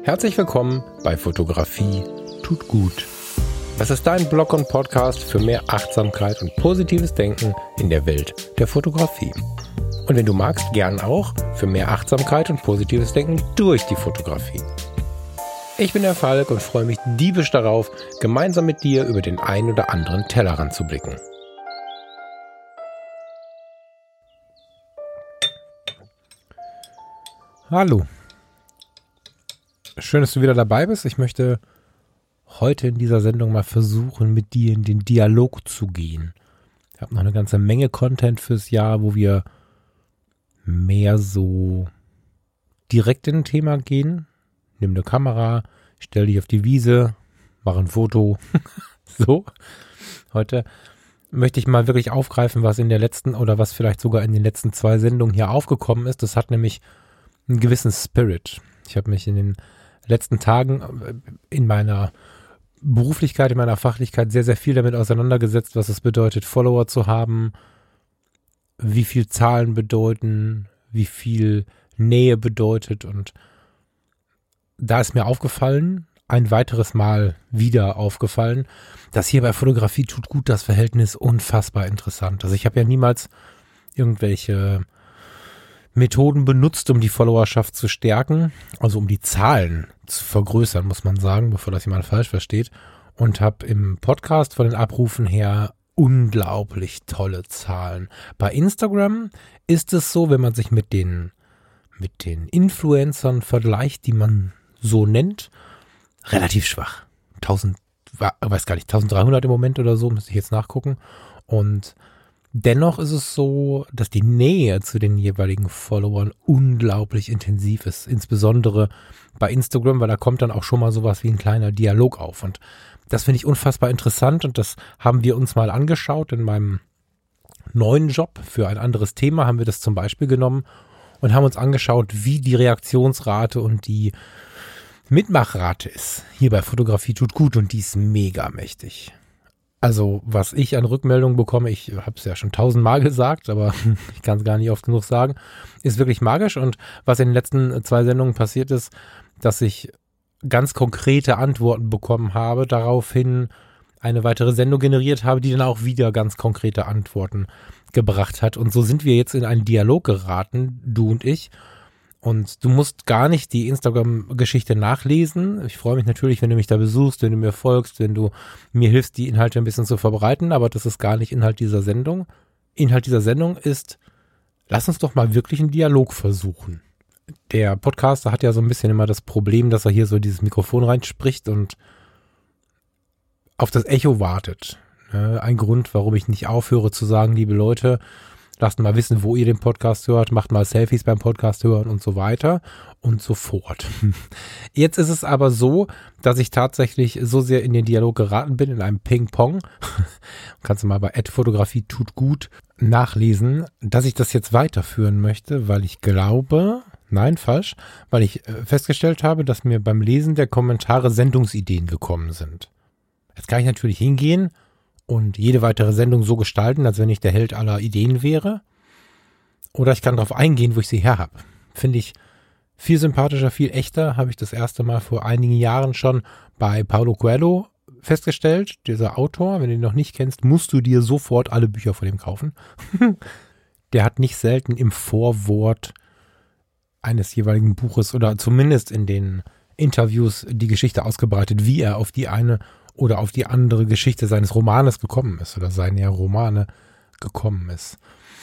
Herzlich willkommen bei Fotografie tut gut. Das ist dein Blog und Podcast für mehr Achtsamkeit und positives Denken in der Welt der Fotografie. Und wenn du magst, gern auch für mehr Achtsamkeit und positives Denken durch die Fotografie. Ich bin der Falk und freue mich diebisch darauf, gemeinsam mit dir über den ein oder anderen Tellerrand zu blicken. Hallo. Schön, dass du wieder dabei bist. Ich möchte heute in dieser Sendung mal versuchen, mit dir in den Dialog zu gehen. Ich habe noch eine ganze Menge Content fürs Jahr, wo wir mehr so direkt in ein Thema gehen. Nimm eine Kamera, stell dich auf die Wiese, mach ein Foto. So. Heute möchte ich mal wirklich aufgreifen, was in der letzten oder was vielleicht sogar in den letzten 2 Sendungen hier aufgekommen ist. Das hat nämlich einen gewissen Spirit. Ich habe mich in den letzten Tagen in meiner Beruflichkeit, in meiner Fachlichkeit sehr, sehr viel damit auseinandergesetzt, was es bedeutet, Follower zu haben, wie viel Zahlen bedeuten, wie viel Nähe bedeutet. Und da ist mir aufgefallen, ein weiteres Mal wieder aufgefallen, dass hier bei Fotografie tut gut das Verhältnis unfassbar interessant. Also ich habe ja niemals irgendwelche Methoden benutzt, um die Followerschaft zu stärken, also um die Zahlen zu vergrößern, muss man sagen, bevor das jemand falsch versteht, und habe im Podcast von den Abrufen her unglaublich tolle Zahlen. Bei Instagram ist es so, wenn man sich mit den Influencern vergleicht, die man so nennt, relativ schwach. 1300 im Moment oder so, müsste ich jetzt nachgucken. Und dennoch ist es so, dass die Nähe zu den jeweiligen Followern unglaublich intensiv ist. Insbesondere bei Instagram, weil da kommt dann auch schon mal sowas wie ein kleiner Dialog auf. Und das finde ich unfassbar interessant und das haben wir uns mal angeschaut. In meinem neuen Job für ein anderes Thema haben wir das zum Beispiel genommen und haben uns angeschaut, wie die Reaktionsrate und die Mitmachrate ist. Hier bei Fotografie tut gut und die ist mega mächtig. Also, was ich an Rückmeldungen bekomme, ich habe es ja schon 1000-mal gesagt, aber ich kann es gar nicht oft genug sagen, ist wirklich magisch. Und was in den letzten 2 Sendungen passiert ist, dass ich ganz konkrete Antworten bekommen habe, daraufhin eine weitere Sendung generiert habe, die dann auch wieder ganz konkrete Antworten gebracht hat. Und so sind wir jetzt in einen Dialog geraten, du und ich. Und du musst gar nicht die Instagram-Geschichte nachlesen. Ich freue mich natürlich, wenn du mich da besuchst, wenn du mir folgst, wenn du mir hilfst, die Inhalte ein bisschen zu verbreiten. Aber das ist gar nicht Inhalt dieser Sendung. Inhalt dieser Sendung ist, lass uns doch mal wirklich einen Dialog versuchen. Der Podcaster hat ja so ein bisschen immer das Problem, dass er hier so dieses Mikrofon reinspricht und auf das Echo wartet. Ein Grund, warum ich nicht aufhöre zu sagen, liebe Leute, lasst mal wissen, wo ihr den Podcast hört, macht mal Selfies beim Podcast hören und so weiter und so fort. Jetzt ist es aber so, dass ich tatsächlich so sehr in den Dialog geraten bin, in einem Ping-Pong, kannst du mal bei @fotografie tut gut nachlesen, dass ich das jetzt weiterführen möchte, weil ich glaube, weil ich festgestellt habe, dass mir beim Lesen der Kommentare Sendungsideen gekommen sind. Jetzt kann ich natürlich hingehen und jede weitere Sendung so gestalten, als wenn ich der Held aller Ideen wäre. Oder ich kann darauf eingehen, wo ich sie her habe. Finde ich viel sympathischer, viel echter. Habe ich das erste Mal vor einigen Jahren schon bei Paulo Coelho festgestellt. Dieser Autor, wenn du ihn noch nicht kennst, musst du dir sofort alle Bücher von ihm kaufen. Der hat nicht selten im Vorwort eines jeweiligen Buches oder zumindest in den Interviews die Geschichte ausgebreitet, wie er auf die eine oder auf die andere Geschichte seines Romanes gekommen ist oder seiner Romane gekommen ist.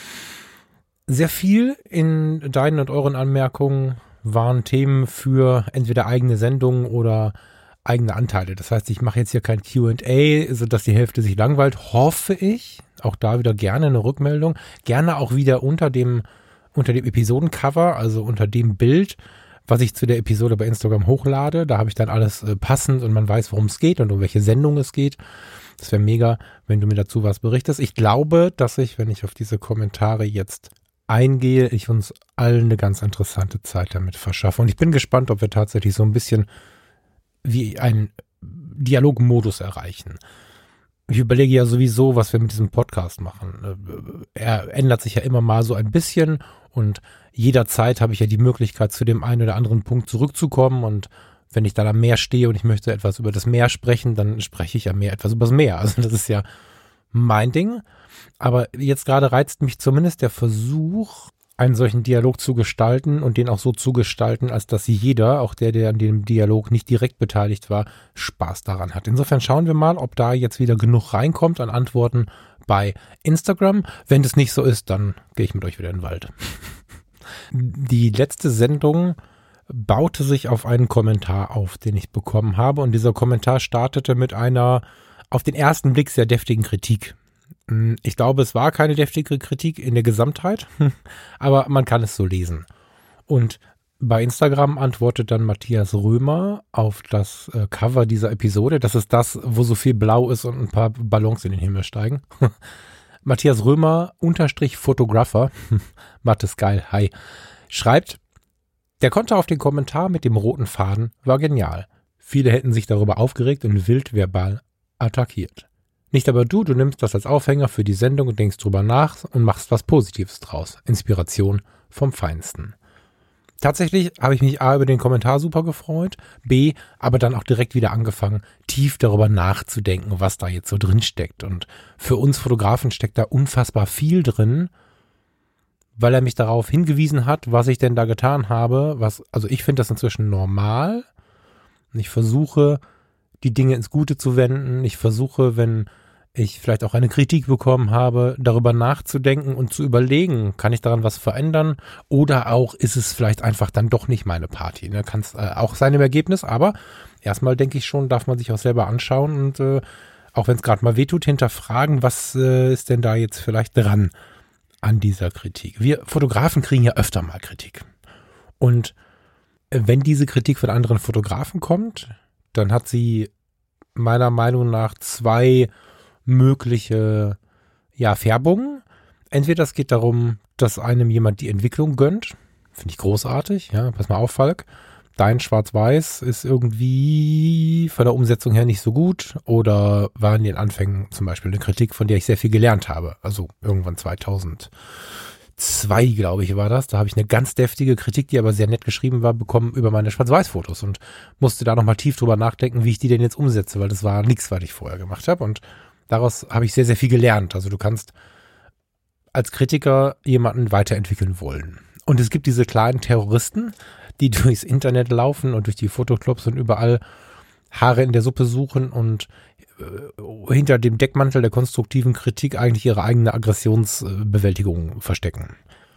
Sehr viel in deinen und euren Anmerkungen waren Themen für entweder eigene Sendungen oder eigene Anteile. Das heißt, ich mache jetzt hier kein Q&A, sodass die Hälfte sich langweilt, hoffe ich. Auch da wieder gerne eine Rückmeldung. Gerne auch wieder unter dem Episodencover, also unter dem Bild, was ich zu der Episode bei Instagram hochlade. Da habe ich dann alles passend und man weiß, worum es geht und um welche Sendung es geht. Das wäre mega, wenn du mir dazu was berichtest. Ich glaube, dass ich, wenn ich auf diese Kommentare jetzt eingehe, ich uns allen eine ganz interessante Zeit damit verschaffe. Und ich bin gespannt, ob wir tatsächlich so ein bisschen wie einen Dialogmodus erreichen. Ich überlege ja sowieso, was wir mit diesem Podcast machen. Er ändert sich ja immer mal so ein bisschen und jederzeit habe ich ja die Möglichkeit, zu dem einen oder anderen Punkt zurückzukommen und Wenn ich da am Meer stehe und ich möchte etwas über das Meer sprechen, dann spreche ich am Meer etwas über das Meer. Also das ist ja mein Ding. Aber jetzt gerade reizt mich zumindest der Versuch, einen solchen Dialog zu gestalten und den auch so zu gestalten, als dass jeder, auch der an dem Dialog nicht direkt beteiligt war, Spaß daran hat. Insofern schauen wir mal, ob da jetzt wieder genug reinkommt an Antworten bei Instagram. Wenn das nicht so ist, dann gehe ich mit euch wieder in den Wald. Die letzte Sendung baute sich auf einen Kommentar auf, den ich bekommen habe. Und dieser Kommentar startete mit einer auf den ersten Blick sehr deftigen Kritik. Ich glaube, es war keine deftige Kritik in der Gesamtheit, aber man kann es so lesen. Und bei Instagram antwortet dann Matthias Römer auf das Cover dieser Episode. Das ist das, wo so viel Blau ist und ein paar Ballons in den Himmel steigen. Matthias Römer, Photographer, Mattes geil, hi, schreibt, der Konter auf den Kommentar mit dem roten Faden war genial. Viele hätten sich darüber aufgeregt und wild verbal attackiert. Nicht aber du nimmst das als Aufhänger für die Sendung und denkst drüber nach und machst was Positives draus. Inspiration vom Feinsten. Tatsächlich habe ich mich A über den Kommentar super gefreut, B aber dann auch direkt wieder angefangen, tief darüber nachzudenken, was da jetzt so drin steckt. Und für uns Fotografen steckt da unfassbar viel drin, weil er mich darauf hingewiesen hat, was ich denn da getan habe. Also ich finde das inzwischen normal. Ich versuche, die Dinge ins Gute zu wenden. Ich versuche, wenn ich vielleicht auch eine Kritik bekommen habe, darüber nachzudenken und zu überlegen, kann ich daran was verändern oder auch ist es vielleicht einfach dann doch nicht meine Party. Da kann es auch sein im Ergebnis, aber erstmal denke ich schon, darf man sich auch selber anschauen und auch wenn es gerade mal wehtut, hinterfragen, was ist denn da jetzt vielleicht dran an dieser Kritik. Wir Fotografen kriegen ja öfter mal Kritik und wenn diese Kritik von anderen Fotografen kommt, dann hat sie meiner Meinung nach zwei mögliche Färbungen. Entweder es geht darum, dass einem jemand die Entwicklung gönnt. Finde ich großartig. Ja, pass mal auf, Falk. Dein Schwarz-Weiß ist irgendwie von der Umsetzung her nicht so gut oder war in den Anfängen zum Beispiel eine Kritik, von der ich sehr viel gelernt habe. Also irgendwann 2002, glaube ich, war das. Da habe ich eine ganz deftige Kritik, die aber sehr nett geschrieben war, bekommen über meine Schwarz-Weiß-Fotos und musste da nochmal tief drüber nachdenken, wie ich die denn jetzt umsetze, weil das war nichts, was ich vorher gemacht habe und daraus habe ich sehr, sehr viel gelernt. Also du kannst als Kritiker jemanden weiterentwickeln wollen. Und es gibt diese kleinen Terroristen, die durchs Internet laufen und durch die Fotoclubs und überall Haare in der Suppe suchen und hinter dem Deckmantel der konstruktiven Kritik eigentlich ihre eigene Aggressionsbewältigung verstecken.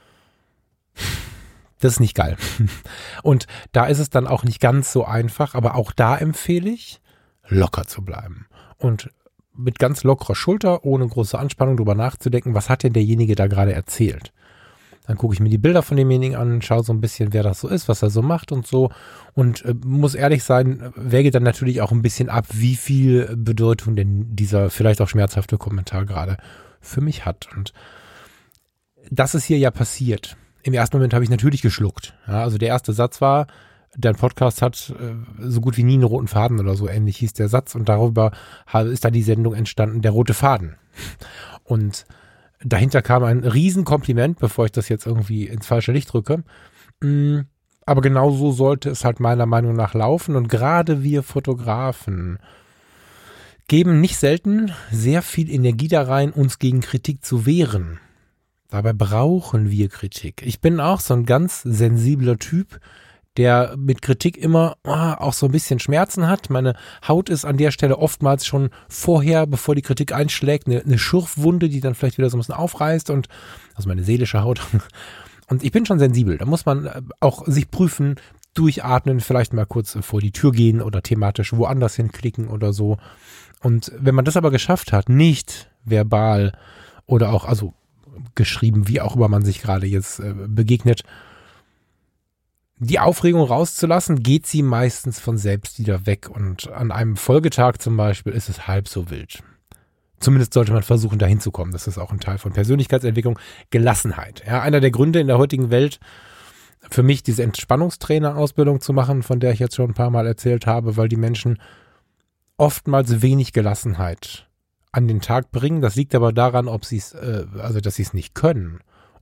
Das ist nicht geil. Und da ist es dann auch nicht ganz so einfach, aber auch da empfehle ich, locker zu bleiben. Und mit ganz lockerer Schulter, ohne große Anspannung drüber nachzudenken, was hat denn derjenige da gerade erzählt. Dann gucke ich mir die Bilder von demjenigen an, schaue so ein bisschen, wer das so ist, was er so macht und so. Und muss ehrlich sein, wäge dann natürlich auch ein bisschen ab, wie viel Bedeutung denn dieser vielleicht auch schmerzhafte Kommentar gerade für mich hat. Und das ist hier ja passiert. Im ersten Moment habe ich natürlich geschluckt. Ja, also der erste Satz war, dein Podcast hat so gut wie nie einen roten Faden oder so ähnlich hieß der Satz. Und darüber ist dann die Sendung entstanden, der rote Faden. Und dahinter kam ein Riesenkompliment, bevor ich das jetzt irgendwie ins falsche Licht rücke. Aber genau so sollte es halt meiner Meinung nach laufen. Und gerade wir Fotografen geben nicht selten sehr viel Energie da rein, uns gegen Kritik zu wehren. Dabei brauchen wir Kritik. Ich bin auch so ein ganz sensibler Typ, der mit Kritik immer auch so ein bisschen Schmerzen hat. Meine Haut ist an der Stelle oftmals schon vorher, bevor die Kritik einschlägt, eine Schürfwunde, die dann vielleicht wieder so ein bisschen aufreißt und also meine seelische Haut. Und ich bin schon sensibel. Da muss man auch sich prüfen, durchatmen, vielleicht mal kurz vor die Tür gehen oder thematisch woanders hinklicken oder so. Und wenn man das aber geschafft hat, nicht verbal oder auch, also geschrieben, wie auch immer man sich gerade jetzt begegnet, die Aufregung rauszulassen, geht sie meistens von selbst wieder weg und an einem Folgetag zum Beispiel ist es halb so wild. Zumindest sollte man versuchen, dahin zu kommen. Das ist auch ein Teil von Persönlichkeitsentwicklung. Gelassenheit. Ja, einer der Gründe in der heutigen Welt für mich, diese Entspannungstrainer-Ausbildung zu machen, von der ich jetzt schon ein paar Mal erzählt habe, weil die Menschen oftmals wenig Gelassenheit an den Tag bringen. Das liegt aber daran, dass sie es nicht können.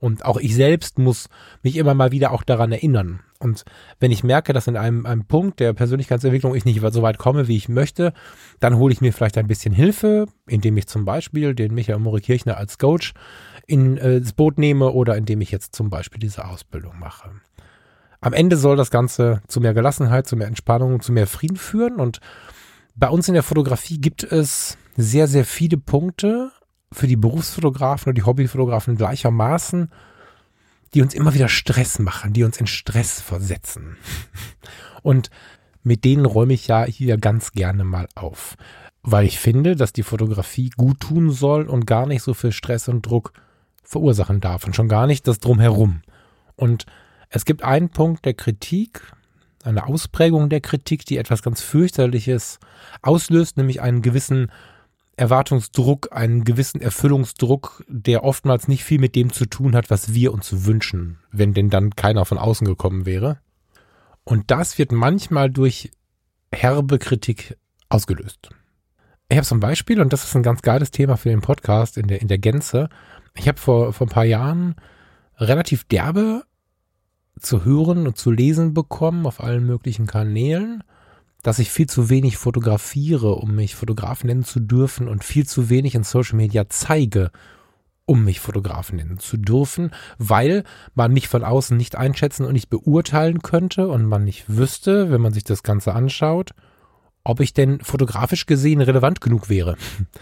Und auch ich selbst muss mich immer mal wieder auch daran erinnern. Und wenn ich merke, dass in einem Punkt der Persönlichkeitsentwicklung ich nicht so weit komme, wie ich möchte, dann hole ich mir vielleicht ein bisschen Hilfe, indem ich zum Beispiel den Michael Murre-Kirchner als Coach ins Boot nehme oder indem ich jetzt zum Beispiel diese Ausbildung mache. Am Ende soll das Ganze zu mehr Gelassenheit, zu mehr Entspannung, zu mehr Frieden führen. Und bei uns in der Fotografie gibt es sehr, sehr viele Punkte für die Berufsfotografen und die Hobbyfotografen gleichermaßen, die uns immer wieder Stress machen, die uns in Stress versetzen. Und mit denen räume ich ja hier ganz gerne mal auf, weil ich finde, dass die Fotografie gut tun soll und gar nicht so viel Stress und Druck verursachen darf und schon gar nicht das Drumherum. Und es gibt einen Punkt der Kritik, eine Ausprägung der Kritik, die etwas ganz Fürchterliches auslöst, nämlich einen gewissen Erwartungsdruck, einen gewissen Erfüllungsdruck, der oftmals nicht viel mit dem zu tun hat, was wir uns wünschen, wenn denn dann keiner von außen gekommen wäre. Und das wird manchmal durch herbe Kritik ausgelöst. Ich habe so ein Beispiel, und das ist ein ganz geiles Thema für den Podcast in der Gänze. Ich habe vor ein paar Jahren relativ derbe zu hören und zu lesen bekommen auf allen möglichen Kanälen, dass ich viel zu wenig fotografiere, um mich Fotograf nennen zu dürfen und viel zu wenig in Social Media zeige, um mich Fotograf nennen zu dürfen, weil man mich von außen nicht einschätzen und nicht beurteilen könnte und man nicht wüsste, wenn man sich das Ganze anschaut, ob ich denn fotografisch gesehen relevant genug wäre.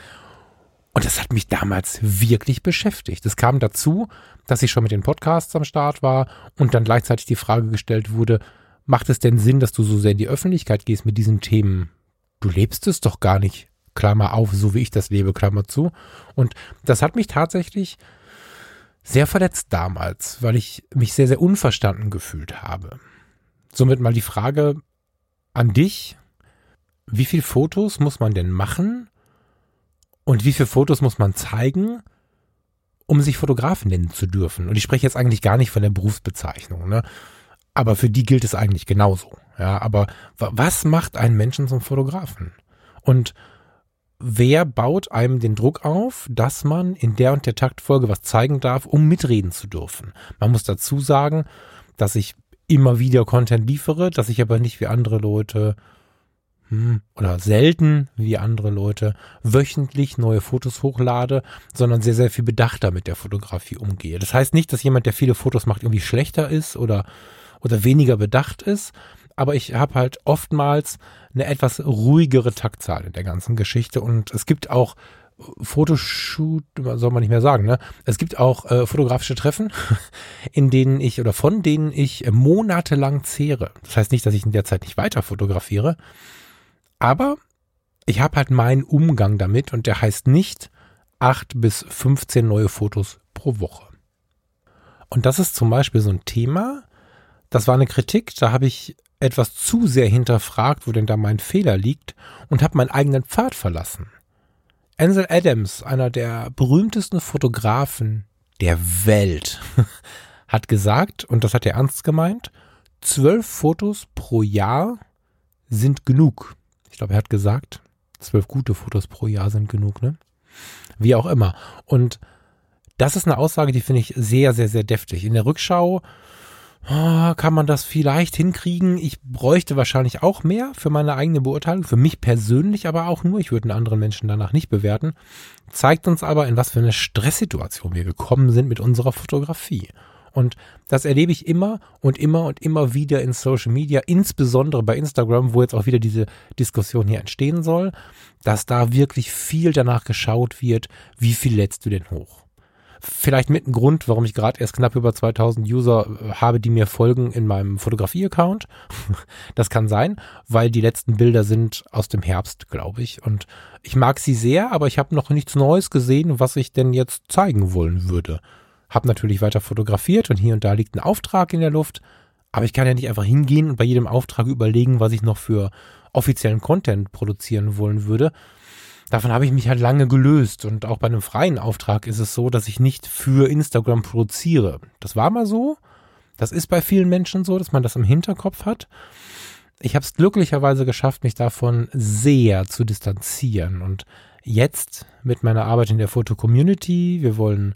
Und das hat mich damals wirklich beschäftigt. Es kam dazu, dass ich schon mit den Podcasts am Start war und dann gleichzeitig die Frage gestellt wurde, macht es denn Sinn, dass du so sehr in die Öffentlichkeit gehst mit diesen Themen? Du lebst es doch gar nicht, Klammer auf, so wie ich das lebe, Klammer zu. Und das hat mich tatsächlich sehr verletzt damals, weil ich mich sehr, sehr unverstanden gefühlt habe. Somit mal die Frage an dich, wie viele Fotos muss man denn machen und wie viele Fotos muss man zeigen, um sich Fotograf nennen zu dürfen? Und ich spreche jetzt eigentlich gar nicht von der Berufsbezeichnung, ne? Aber für die gilt es eigentlich genauso. Ja, aber was macht einen Menschen zum Fotografen? Und wer baut einem den Druck auf, dass man in der und der Taktfolge was zeigen darf, um mitreden zu dürfen? Man muss dazu sagen, dass ich immer wieder Content liefere, dass ich aber nicht wie andere Leute oder selten wie andere Leute wöchentlich neue Fotos hochlade, sondern sehr, sehr viel bedachter mit der Fotografie umgehe. Das heißt nicht, dass jemand, der viele Fotos macht, irgendwie schlechter ist oder weniger bedacht ist, aber ich habe halt oftmals eine etwas ruhigere Taktzahl in der ganzen Geschichte und es gibt auch Fotoshoot, soll man nicht mehr sagen, ne? Es gibt auch fotografische Treffen, in denen ich oder von denen ich monatelang zehre. Das heißt nicht, dass ich in der Zeit nicht weiter fotografiere, aber ich habe halt meinen Umgang damit und der heißt nicht 8 bis 15 neue Fotos pro Woche. Und das ist zum Beispiel so ein Thema, das war eine Kritik, da habe ich etwas zu sehr hinterfragt, wo denn da mein Fehler liegt und habe meinen eigenen Pfad verlassen. Ansel Adams, einer der berühmtesten Fotografen der Welt, hat gesagt, und das hat er ernst gemeint, 12 Fotos pro Jahr sind genug. Ich glaube, er hat gesagt, 12 gute Fotos pro Jahr sind genug, ne? Wie auch immer. Und das ist eine Aussage, die finde ich sehr, sehr, sehr deftig. In der Rückschau kann man das vielleicht hinkriegen. Ich bräuchte wahrscheinlich auch mehr für meine eigene Beurteilung, für mich persönlich aber auch nur. Ich würde einen anderen Menschen danach nicht bewerten. Zeigt uns aber, in was für eine Stresssituation wir gekommen sind mit unserer Fotografie. Und das erlebe ich immer und immer und immer wieder in Social Media, insbesondere bei Instagram, wo jetzt auch wieder diese Diskussion hier entstehen soll, dass da wirklich viel danach geschaut wird, wie viel lädst du denn hoch? Vielleicht mit einem Grund, warum ich gerade erst knapp über 2000 User habe, die mir folgen in meinem Fotografie-Account. Das kann sein, weil die letzten Bilder sind aus dem Herbst, glaube ich. Und ich mag sie sehr, aber ich habe noch nichts Neues gesehen, was ich denn jetzt zeigen wollen würde. Habe natürlich weiter fotografiert und hier und da liegt ein Auftrag in der Luft. Aber ich kann ja nicht einfach hingehen und bei jedem Auftrag überlegen, was ich noch für offiziellen Content produzieren wollen würde. Davon habe ich mich halt lange gelöst und auch bei einem freien Auftrag ist es so, dass ich nicht für Instagram produziere. Das war mal so, das ist bei vielen Menschen so, dass man das im Hinterkopf hat. Ich habe es glücklicherweise geschafft, mich davon sehr zu distanzieren und jetzt mit meiner Arbeit in der Foto-Community, wir wollen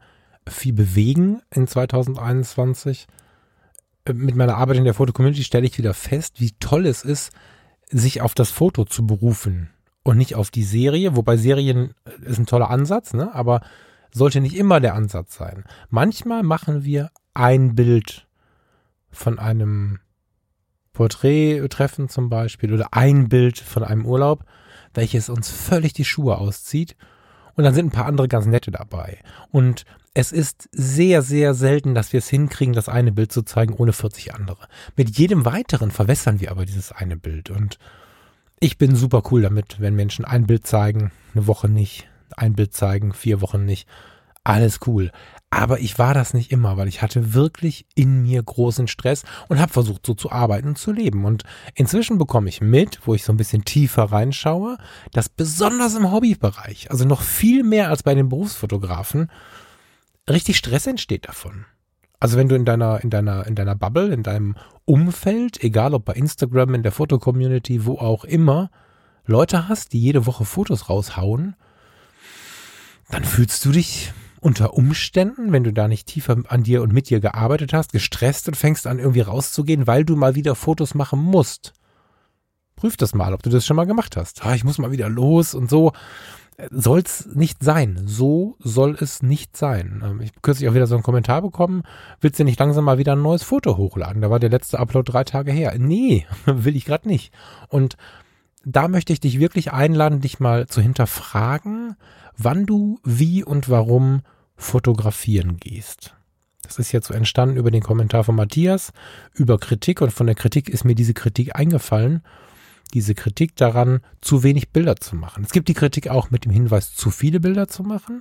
viel bewegen in 2021. Mit meiner Arbeit in der Foto-Community stelle ich wieder fest, wie toll es ist, sich auf das Foto zu berufen und nicht auf die Serie, wobei Serien ist ein toller Ansatz, ne? Aber sollte nicht immer der Ansatz sein. Manchmal machen wir ein Bild von einem Porträttreffen zum Beispiel oder ein Bild von einem Urlaub, welches uns völlig die Schuhe auszieht, und dann sind ein paar andere ganz nette dabei. Und es ist sehr, sehr selten, dass wir es hinkriegen, das eine Bild zu zeigen, ohne 40 andere. Mit jedem weiteren verwässern wir aber dieses eine Bild. Und ich bin super cool damit, wenn Menschen ein Bild zeigen, eine Woche nicht, ein Bild zeigen, 4 Wochen nicht. Alles cool. Aber ich war das nicht immer, weil ich hatte wirklich in mir großen Stress und habe versucht, so zu arbeiten und zu leben. Und inzwischen bekomme ich mit, wo ich so ein bisschen tiefer reinschaue, dass besonders im Hobbybereich, also noch viel mehr als bei den Berufsfotografen, richtig Stress entsteht davon. Also wenn du in deiner Bubble, in deinem Umfeld, egal ob bei Instagram, in der Foto-Community, wo auch immer, Leute hast, die jede Woche Fotos raushauen, dann fühlst du dich unter Umständen, wenn du da nicht tiefer an dir und mit dir gearbeitet hast, gestresst und fängst an irgendwie rauszugehen, weil du mal wieder Fotos machen musst. Prüf das mal, ob du das schon mal gemacht hast. Ich muss mal wieder los und so. Soll's nicht sein. So soll es nicht sein. Ich habe kürzlich auch wieder so einen Kommentar bekommen. Willst du nicht langsam mal wieder ein neues Foto hochladen? Da war der letzte Upload 3 Tage her. Nee, will ich gerade nicht. Und da möchte ich dich wirklich einladen, dich mal zu hinterfragen, wann du wie und warum fotografieren gehst. Das ist jetzt so entstanden über den Kommentar von Matthias, über Kritik, und von der Kritik ist mir diese Kritik eingefallen, diese Kritik daran, zu wenig Bilder zu machen. Es gibt die Kritik auch mit dem Hinweis, zu viele Bilder zu machen.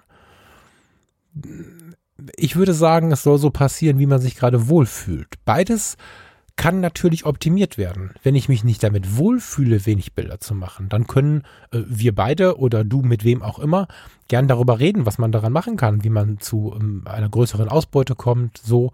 Ich würde sagen, es soll so passieren, wie man sich gerade wohlfühlt. Beides kann natürlich optimiert werden. Wenn ich mich nicht damit wohlfühle, wenig Bilder zu machen, dann können wir beide oder du mit wem auch immer gern darüber reden, was man daran machen kann, wie man zu einer größeren Ausbeute kommt. So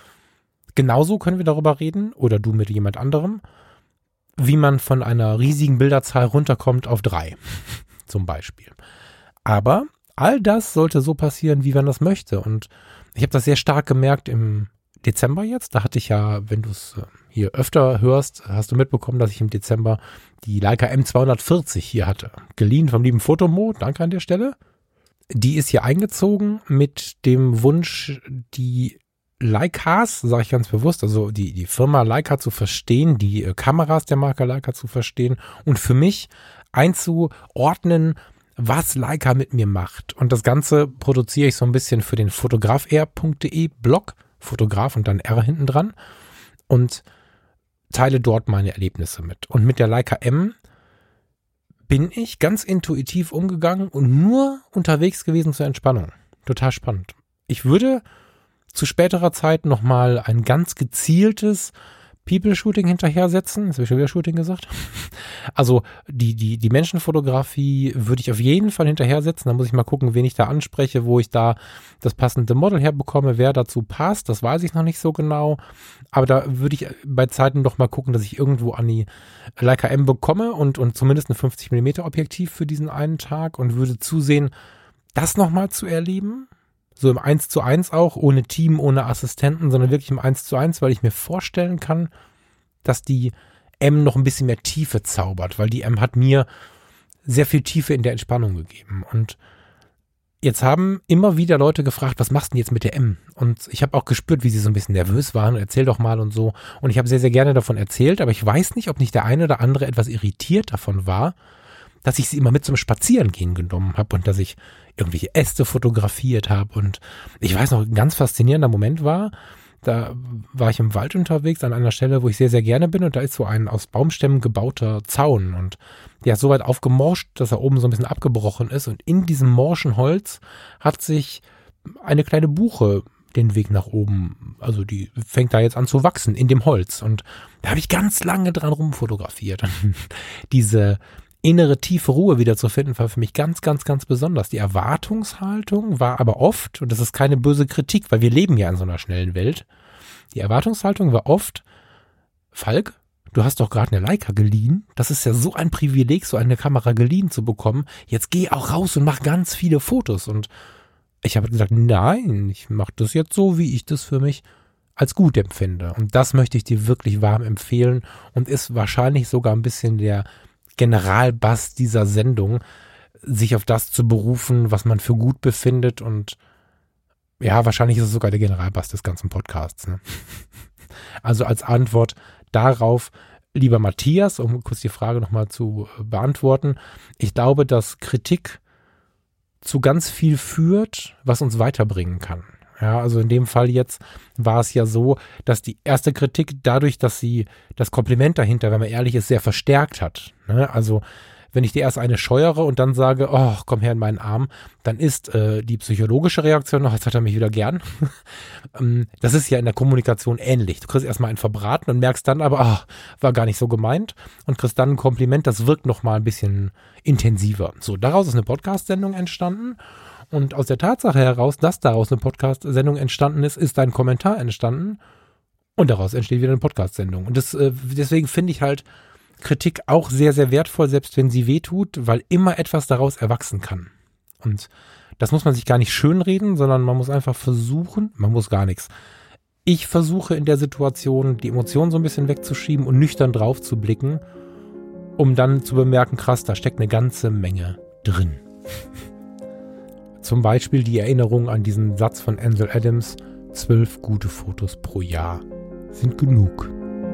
genauso können wir darüber reden, oder du mit jemand anderem, wie man von einer riesigen Bilderzahl runterkommt auf 3 zum Beispiel. Aber all das sollte so passieren, wie man das möchte. Und ich habe das sehr stark gemerkt im Dezember jetzt. Da hatte ich ja, wenn du es hier öfter hörst, hast du mitbekommen, dass ich im Dezember die Leica M240 hier hatte. Geliehen vom lieben Fotomo, danke an der Stelle. Die ist hier eingezogen mit dem Wunsch, die Leicas, sage ich ganz bewusst, also die Firma Leica zu verstehen, die Kameras der Marke Leica zu verstehen und für mich einzuordnen, was Leica mit mir macht. Und das Ganze produziere ich so ein bisschen für den fotografr.de Blog, Fotograf und dann R hinten dran, und teile dort meine Erlebnisse mit. Und mit der Leica M bin ich ganz intuitiv umgegangen und nur unterwegs gewesen zur Entspannung. Total spannend. Ich würde zu späterer Zeit nochmal ein ganz gezieltes People-Shooting hinterher setzen. Jetzt habe ich schon wieder Shooting gesagt. Also die Menschenfotografie würde ich auf jeden Fall hinterher setzen. Da muss ich mal gucken, wen ich da anspreche, wo ich da das passende Model herbekomme, wer dazu passt. Das weiß ich noch nicht so genau. Aber da würde ich bei Zeiten doch mal gucken, dass ich irgendwo an die Leica M bekomme und zumindest ein 50mm Objektiv für diesen einen Tag, und würde zusehen, das nochmal zu erleben. So im 1:1 auch, ohne Team, ohne Assistenten, sondern wirklich im 1:1, weil ich mir vorstellen kann, dass die M noch ein bisschen mehr Tiefe zaubert, weil die M hat mir sehr viel Tiefe in der Entspannung gegeben. Und jetzt haben immer wieder Leute gefragt, was machst du denn jetzt mit der M? Und ich habe auch gespürt, wie sie so ein bisschen nervös waren, erzähl doch mal und so. Und ich habe sehr, sehr gerne davon erzählt, aber ich weiß nicht, ob nicht der eine oder andere etwas irritiert davon war, dass ich sie immer mit zum Spazierengehen genommen habe und dass ich irgendwelche Äste fotografiert habe. Und ich weiß noch, ein ganz faszinierender Moment war, da war ich im Wald unterwegs an einer Stelle, wo ich sehr, sehr gerne bin, und da ist so ein aus Baumstämmen gebauter Zaun, und der ist so weit aufgemorscht, dass er oben so ein bisschen abgebrochen ist, und in diesem morschen Holz hat sich eine kleine Buche den Weg nach oben, also die fängt da jetzt an zu wachsen in dem Holz, und da habe ich ganz lange dran rumfotografiert. Diese innere tiefe Ruhe wiederzufinden, war für mich ganz, ganz, ganz besonders. Die Erwartungshaltung war aber oft, und das ist keine böse Kritik, weil wir leben ja in so einer schnellen Welt, die Erwartungshaltung war oft, Falk, du hast doch gerade eine Leica geliehen, das ist ja so ein Privileg, so eine Kamera geliehen zu bekommen, jetzt geh auch raus und mach ganz viele Fotos. Und Ich habe gesagt, nein, ich mache das jetzt so, wie ich das für mich als gut empfinde. Und das möchte ich dir wirklich warm empfehlen und ist wahrscheinlich sogar ein bisschen der Generalbass dieser Sendung, sich auf das zu berufen, was man für gut befindet. Und ja, wahrscheinlich ist es sogar der Generalbass des ganzen Podcasts. Ne? Also als Antwort darauf, lieber Matthias, um kurz die Frage nochmal zu beantworten, ich glaube, dass Kritik zu ganz viel führt, was uns weiterbringen kann. Ja, also in dem Fall jetzt war es ja so, dass die erste Kritik dadurch, dass sie das Kompliment dahinter, wenn man ehrlich ist, sehr verstärkt hat. Ne? Also wenn ich dir erst eine scheuere und dann sage, oh, komm her in meinen Arm, dann ist die psychologische Reaktion noch, jetzt hat er mich wieder gern. Das ist ja in der Kommunikation ähnlich. Du kriegst erstmal einen verbraten und merkst dann aber, oh, war gar nicht so gemeint und kriegst dann ein Kompliment, das wirkt nochmal ein bisschen intensiver. So, daraus ist eine Podcast-Sendung entstanden und aus der Tatsache heraus, dass daraus eine Podcast-Sendung entstanden ist, ist ein Kommentar entstanden und daraus entsteht wieder eine Podcast-Sendung. Und deswegen finde ich halt Kritik auch sehr, sehr wertvoll, selbst wenn sie wehtut, weil immer etwas daraus erwachsen kann. Und das muss man sich gar nicht schönreden, sondern man muss einfach versuchen, man muss gar nichts. Ich versuche in der Situation, die Emotionen so ein bisschen wegzuschieben und nüchtern drauf zu blicken, um dann zu bemerken, krass, da steckt eine ganze Menge drin. Zum Beispiel die Erinnerung an diesen Satz von Ansel Adams, 12 gute Fotos pro Jahr sind genug.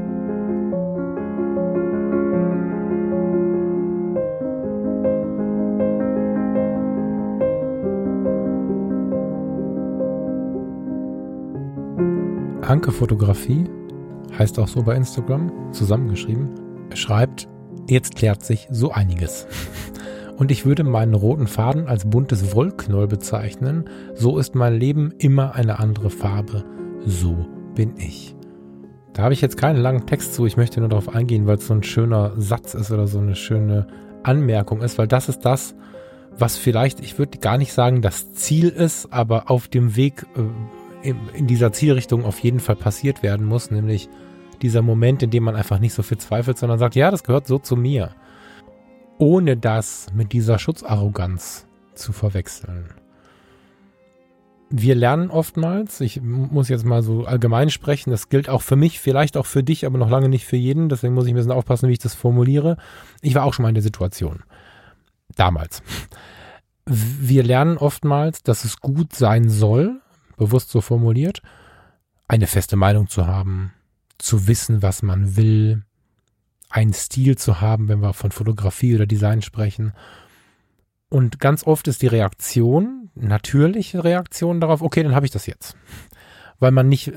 Anke Fotografie, heißt auch so bei Instagram, zusammengeschrieben, schreibt, jetzt klärt sich so einiges. Und ich würde meinen roten Faden als buntes Wollknoll bezeichnen. So ist mein Leben immer eine andere Farbe. So bin ich. Da habe ich jetzt keinen langen Text zu. Ich möchte nur darauf eingehen, weil es so ein schöner Satz ist oder so eine schöne Anmerkung ist, weil das ist das, was vielleicht, ich würde gar nicht sagen, das Ziel ist, aber auf dem Weg in dieser Zielrichtung auf jeden Fall passiert werden muss, nämlich dieser Moment, in dem man einfach nicht so viel zweifelt, sondern sagt, ja, das gehört so zu mir. Ohne das mit dieser Schutzarroganz zu verwechseln. Wir lernen oftmals, ich muss jetzt mal so allgemein sprechen, das gilt auch für mich, vielleicht auch für dich, aber noch lange nicht für jeden, deswegen muss ich ein bisschen aufpassen, wie ich das formuliere. Ich war auch schon mal in der Situation. Damals. Wir lernen oftmals, dass es gut sein soll, bewusst so formuliert, eine feste Meinung zu haben, zu wissen, was man will, einen Stil zu haben, wenn wir von Fotografie oder Design sprechen. Und ganz oft ist die Reaktion, natürliche Reaktion darauf, okay, dann habe ich das jetzt. Weil man nicht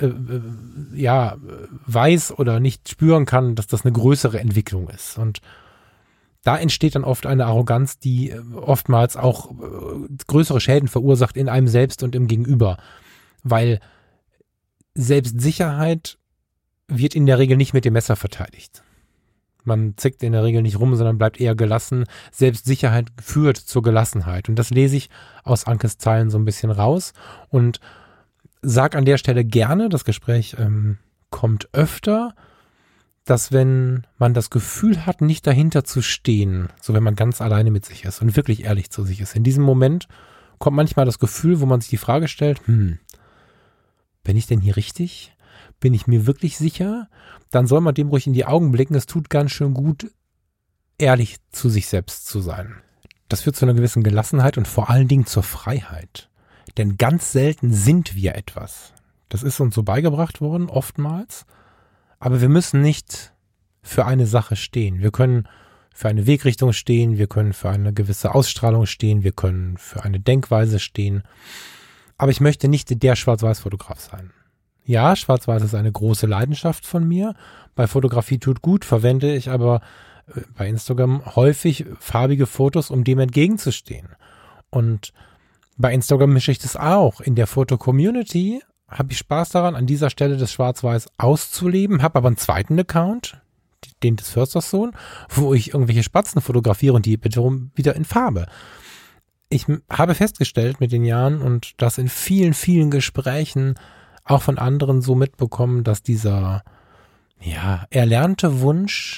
weiß oder nicht spüren kann, dass das eine größere Entwicklung ist. Und da entsteht dann oft eine Arroganz, die oftmals auch größere Schäden verursacht in einem selbst und im Gegenüber. Weil Selbstsicherheit wird in der Regel nicht mit dem Messer verteidigt. Man zickt in der Regel nicht rum, sondern bleibt eher gelassen. Selbstsicherheit führt zur Gelassenheit. Und das lese ich aus Ankes Zeilen so ein bisschen raus und sag an der Stelle gerne, das Gespräch kommt öfter, dass wenn man das Gefühl hat, nicht dahinter zu stehen, so wenn man ganz alleine mit sich ist und wirklich ehrlich zu sich ist, in diesem Moment kommt manchmal das Gefühl, wo man sich die Frage stellt, bin ich denn hier richtig? Bin ich mir wirklich sicher? Dann soll man dem ruhig in die Augen blicken. Es tut ganz schön gut, ehrlich zu sich selbst zu sein. Das führt zu einer gewissen Gelassenheit und vor allen Dingen zur Freiheit. Denn ganz selten sind wir etwas. Das ist uns so beigebracht worden, oftmals. Aber wir müssen nicht für eine Sache stehen. Wir können für eine Wegrichtung stehen, wir können für eine gewisse Ausstrahlung stehen, wir können für eine Denkweise stehen. Aber ich möchte nicht der Schwarz-Weiß-Fotograf sein. Ja, Schwarz-Weiß ist eine große Leidenschaft von mir. Bei Fotografie tut gut, verwende ich aber bei Instagram häufig farbige Fotos, um dem entgegenzustehen. Und bei Instagram mische ich das auch. In der Foto-Community habe ich Spaß daran, an dieser Stelle das Schwarz-Weiß auszuleben, habe aber einen zweiten Account, den des Försters Sohn, wo ich irgendwelche Spatzen fotografiere und die bitte wieder in Farbe. Ich habe festgestellt mit den Jahren und das in vielen, vielen Gesprächen auch von anderen so mitbekommen, dass dieser erlernte Wunsch,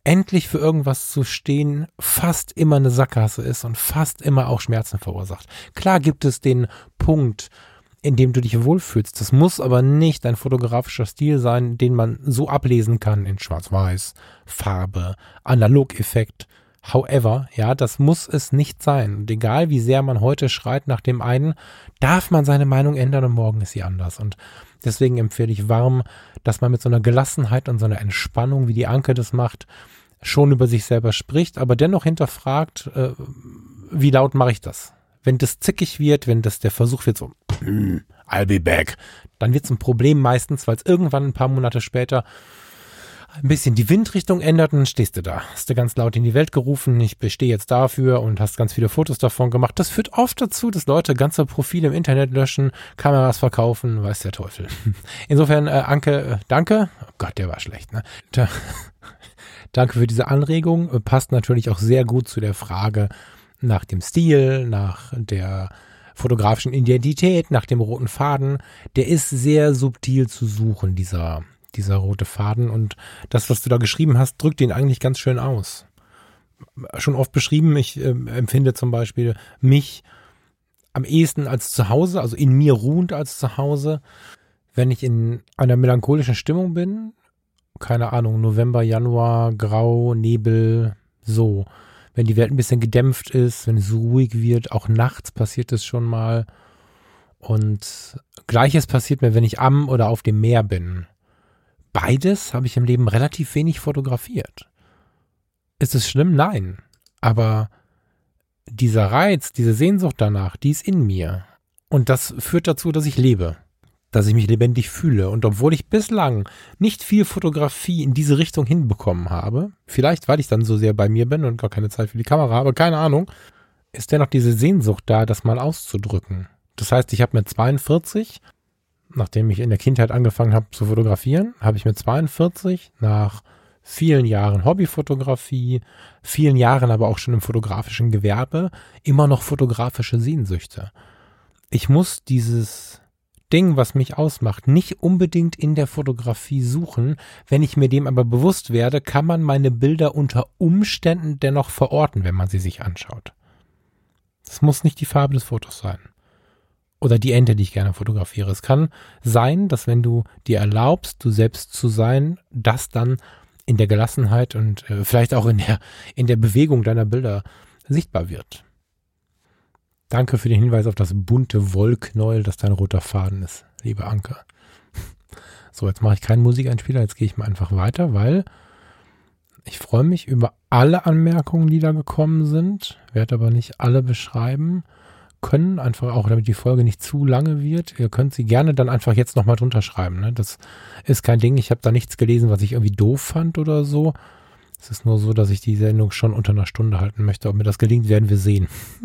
endlich für irgendwas zu stehen, fast immer eine Sackgasse ist und fast immer auch Schmerzen verursacht. Klar gibt es den Punkt, in dem du dich wohlfühlst. Das muss aber nicht ein fotografischer Stil sein, den man so ablesen kann in Schwarz-Weiß, Farbe, Analogeffekt. However, ja, das muss es nicht sein. Und egal wie sehr man heute schreit nach dem einen, darf man seine Meinung ändern und morgen ist sie anders. Und deswegen empfehle ich warm, dass man mit so einer Gelassenheit und so einer Entspannung, wie die Anke das macht, schon über sich selber spricht, aber dennoch hinterfragt, wie laut mache ich das? Wenn das zickig wird, wenn das der Versuch wird so, I'll be back, dann wird es ein Problem meistens, weil es irgendwann ein paar Monate später ein bisschen die Windrichtung ändert und dann stehst du da. Hast du ganz laut in die Welt gerufen, ich bestehe jetzt dafür und hast ganz viele Fotos davon gemacht. Das führt oft dazu, dass Leute ganze Profile im Internet löschen, Kameras verkaufen, weiß der Teufel. Insofern, Anke, danke. Oh Gott, der war schlecht, ne? Danke für diese Anregung. Passt natürlich auch sehr gut zu der Frage nach dem Stil, nach der fotografischen Identität, nach dem roten Faden. Der ist sehr subtil zu suchen, dieser rote Faden, und das, was du da geschrieben hast, drückt ihn eigentlich ganz schön aus. Schon oft beschrieben, ich empfinde zum Beispiel mich am ehesten als zu Hause, also in mir ruhend als zu Hause, wenn ich in einer melancholischen Stimmung bin, keine Ahnung, November, Januar, Grau, Nebel, so. Wenn die Welt ein bisschen gedämpft ist, wenn es ruhig wird, auch nachts passiert es schon mal. Und Gleiches passiert mir, wenn ich am oder auf dem Meer bin. Beides habe ich im Leben relativ wenig fotografiert. Ist es schlimm? Nein. Aber dieser Reiz, diese Sehnsucht danach, die ist in mir. Und das führt dazu, dass ich lebe. Dass ich mich lebendig fühle. Und obwohl ich bislang nicht viel Fotografie in diese Richtung hinbekommen habe, vielleicht weil ich dann so sehr bei mir bin und gar keine Zeit für die Kamera habe, keine Ahnung, ist dennoch diese Sehnsucht da, das mal auszudrücken. Das heißt, ich habe mit 42, nachdem ich in der Kindheit angefangen habe zu fotografieren, habe ich mit 42 nach vielen Jahren Hobbyfotografie, vielen Jahren aber auch schon im fotografischen Gewerbe, immer noch fotografische Sehnsüchte. Ich muss dieses Ding, was mich ausmacht, nicht unbedingt in der Fotografie suchen. Wenn ich mir dem aber bewusst werde, kann man meine Bilder unter Umständen dennoch verorten, wenn man sie sich anschaut. Es muss nicht die Farbe des Fotos sein. Oder die Ente, die ich gerne fotografiere. Es kann sein, dass wenn du dir erlaubst, du selbst zu sein, das dann in der Gelassenheit und vielleicht auch in der Bewegung deiner Bilder sichtbar wird. Danke für den Hinweis auf das bunte Wollknäuel, das dein roter Faden ist, liebe Anke. So, jetzt mache ich keinen Musikeinspieler, jetzt gehe ich mal einfach weiter, weil ich freue mich über alle Anmerkungen, die da gekommen sind, werde aber nicht alle beschreiben können, einfach auch, damit die Folge nicht zu lange wird. Ihr könnt sie gerne dann einfach jetzt nochmal drunter schreiben. Ne? Das ist kein Ding, ich habe da nichts gelesen, was ich irgendwie doof fand oder so. Es ist nur so, dass ich die Sendung schon unter einer Stunde halten möchte. Ob mir das gelingt, werden wir sehen.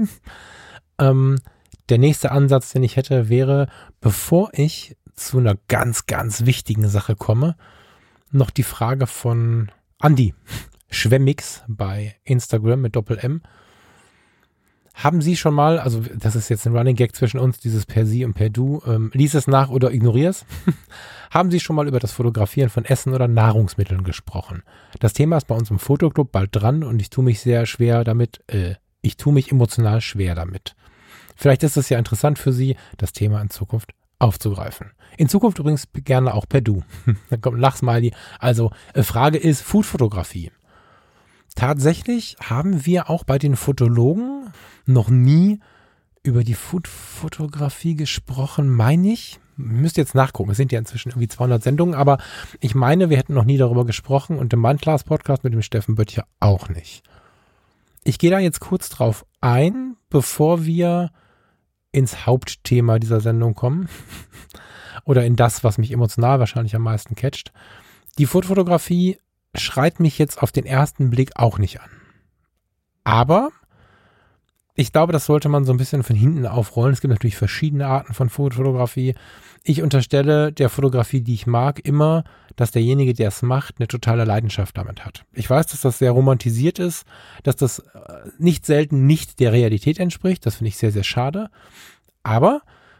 Der nächste Ansatz, den ich hätte, wäre, bevor ich zu einer ganz, ganz wichtigen Sache komme, noch die Frage von Andi Schwemmix bei Instagram mit Doppel-M. Haben Sie schon mal, also das ist jetzt ein Running Gag zwischen uns, dieses per Sie und per Du, lies es nach oder ignorier es. Haben Sie schon mal über das Fotografieren von Essen oder Nahrungsmitteln gesprochen? Das Thema ist bei uns im Fotoclub bald dran und ich tue mich sehr schwer damit, ich tue mich emotional schwer damit. Vielleicht ist es ja interessant für Sie, das Thema in Zukunft aufzugreifen. In Zukunft übrigens gerne auch per Du. Dann kommt ein Lachsmiley. Also, Frage ist Foodfotografie. Tatsächlich haben wir auch bei den Fotologen noch nie über die Foodfotografie gesprochen, meine ich. Müsst jetzt nachgucken, es sind ja inzwischen irgendwie 200 Sendungen, aber ich meine, wir hätten noch nie darüber gesprochen und im Mindclass-Podcast mit dem Steffen Böttcher auch nicht. Ich gehe da jetzt kurz drauf ein, bevor wir ins Hauptthema dieser Sendung kommen oder in das, was mich emotional wahrscheinlich am meisten catcht. Die Foodfotografie schreit mich jetzt auf den ersten Blick auch nicht an. Aber ich glaube, das sollte man so ein bisschen von hinten aufrollen. Es gibt natürlich verschiedene Arten von Fotografie. Ich unterstelle der Fotografie, die ich mag, immer, dass derjenige, der es macht, eine totale Leidenschaft damit hat. Ich weiß, dass das sehr romantisiert ist, dass das nicht selten nicht der Realität entspricht. Das finde ich sehr, sehr schade. Aber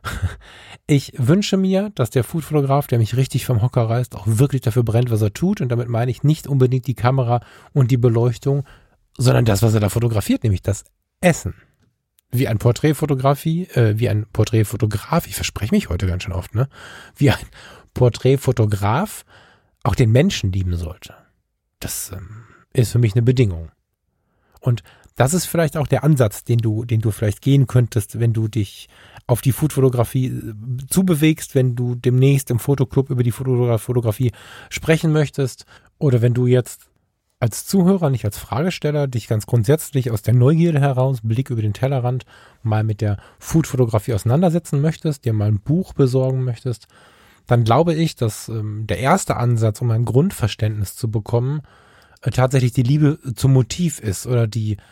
Ich wünsche mir, dass der Foodfotograf, der mich richtig vom Hocker reißt, auch wirklich dafür brennt, was er tut. Und damit meine ich nicht unbedingt die Kamera und die Beleuchtung, sondern das, was er da fotografiert, nämlich das Essen. Wie ein Porträtfotograf, ich verspreche mich heute ganz schön oft, ne? Wie ein Porträtfotograf auch den Menschen lieben sollte. Das ist für mich eine Bedingung. Und das ist vielleicht auch der Ansatz, den du vielleicht gehen könntest, wenn du dich auf die Foodfotografie zubewegst, wenn du demnächst im Fotoclub über die Fotografie sprechen möchtest oder wenn du jetzt als Zuhörer, nicht als Fragesteller, dich ganz grundsätzlich aus der Neugierde heraus, Blick über den Tellerrand, mal mit der Foodfotografie auseinandersetzen möchtest, dir mal ein Buch besorgen möchtest, dann glaube ich, dass der erste Ansatz, um ein Grundverständnis zu bekommen, tatsächlich die Liebe zum Motiv ist oder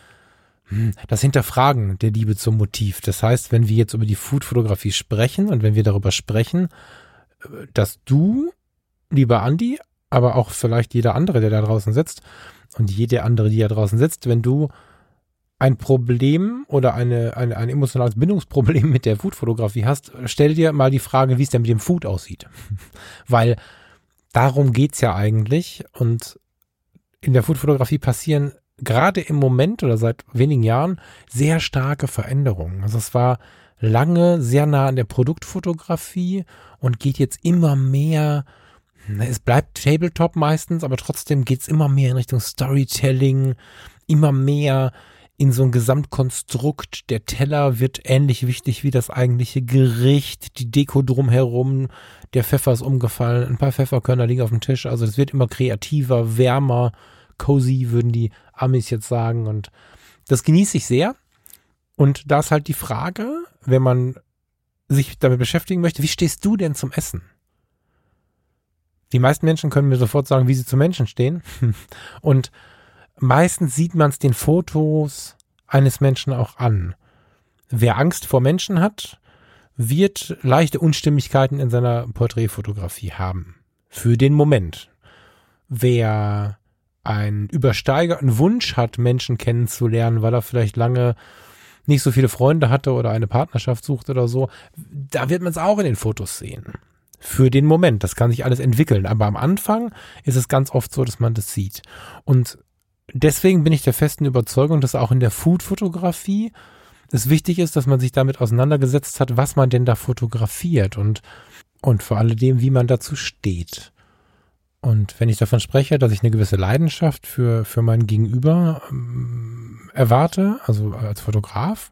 das Hinterfragen der Liebe zum Motiv. Das heißt, wenn wir jetzt über die Foodfotografie sprechen und wenn wir darüber sprechen, dass du, lieber Andi, aber auch vielleicht jeder andere, der da draußen sitzt und jede andere, die da draußen sitzt, wenn du ein Problem oder ein emotionales Bindungsproblem mit der Foodfotografie hast, stell dir mal die Frage, wie es denn mit dem Food aussieht. Weil darum geht's ja eigentlich und in der Foodfotografie passieren gerade im Moment oder seit wenigen Jahren sehr starke Veränderungen. Also es war lange sehr nah an der Produktfotografie und geht jetzt immer mehr, es bleibt Tabletop meistens, aber trotzdem geht es immer mehr in Richtung Storytelling, immer mehr in so ein Gesamtkonstrukt. Der Teller wird ähnlich wichtig wie das eigentliche Gericht, die Deko drumherum, der Pfeffer ist umgefallen, ein paar Pfefferkörner liegen auf dem Tisch, also es wird immer kreativer, wärmer, cozy, würden die Amis jetzt sagen und das genieße ich sehr und da ist halt die Frage, wenn man sich damit beschäftigen möchte, wie stehst du denn zum Essen? Die meisten Menschen können mir sofort sagen, wie sie zu Menschen stehen und meistens sieht man es den Fotos eines Menschen auch an. Wer Angst vor Menschen hat, wird leichte Unstimmigkeiten in seiner Porträtfotografie haben. Für den Moment. Wer einen übersteigerten Wunsch hat, Menschen kennenzulernen, weil er vielleicht lange nicht so viele Freunde hatte oder eine Partnerschaft sucht oder so, da wird man es auch in den Fotos sehen. Für den Moment. Das kann sich alles entwickeln. Aber am Anfang ist es ganz oft so, dass man das sieht. Und deswegen bin ich der festen Überzeugung, dass auch in der Food-Fotografie es wichtig ist, dass man sich damit auseinandergesetzt hat, was man denn da fotografiert und vor alledem, wie man dazu steht. Und wenn ich davon spreche, dass ich eine gewisse Leidenschaft für mein Gegenüber erwarte, also als Fotograf,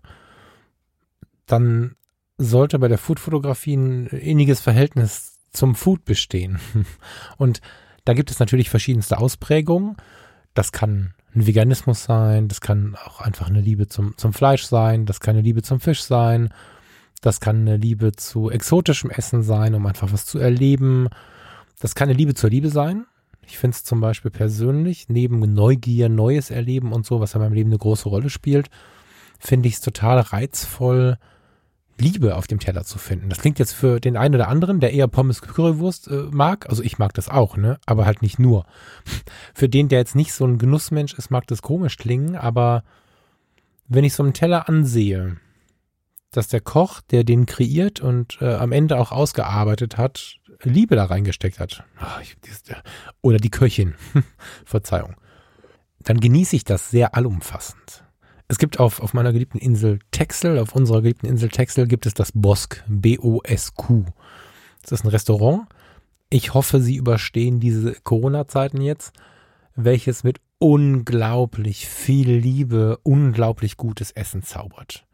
dann sollte bei der Food-Fotografie ein inniges Verhältnis zum Food bestehen. Und da gibt es natürlich verschiedenste Ausprägungen. Das kann ein Veganismus sein, das kann auch einfach eine Liebe zum Fleisch sein, das kann eine Liebe zum Fisch sein, das kann eine Liebe zu exotischem Essen sein, um einfach was zu erleben. Das kann eine Liebe zur Liebe sein. Ich finde es zum Beispiel persönlich, neben Neugier, Neues erleben und so, was in meinem Leben eine große Rolle spielt, finde ich es total reizvoll, Liebe auf dem Teller zu finden. Das klingt jetzt für den einen oder anderen, der eher Pommes Currywurst mag, also ich mag das auch, ne, aber halt nicht nur. Für den, der jetzt nicht so ein Genussmensch ist, mag das komisch klingen, aber wenn ich so einen Teller ansehe, dass der Koch, der den kreiert und am Ende auch ausgearbeitet hat, Liebe da reingesteckt hat, oder die Köchin, Verzeihung, dann genieße ich das sehr allumfassend. Es gibt auf meiner geliebten Insel Texel, auf unserer geliebten Insel Texel gibt es das Bosk, B-O-S-Q. Das ist ein Restaurant. Ich hoffe, sie überstehen diese Corona-Zeiten jetzt, welches mit unglaublich viel Liebe, unglaublich gutes Essen zaubert.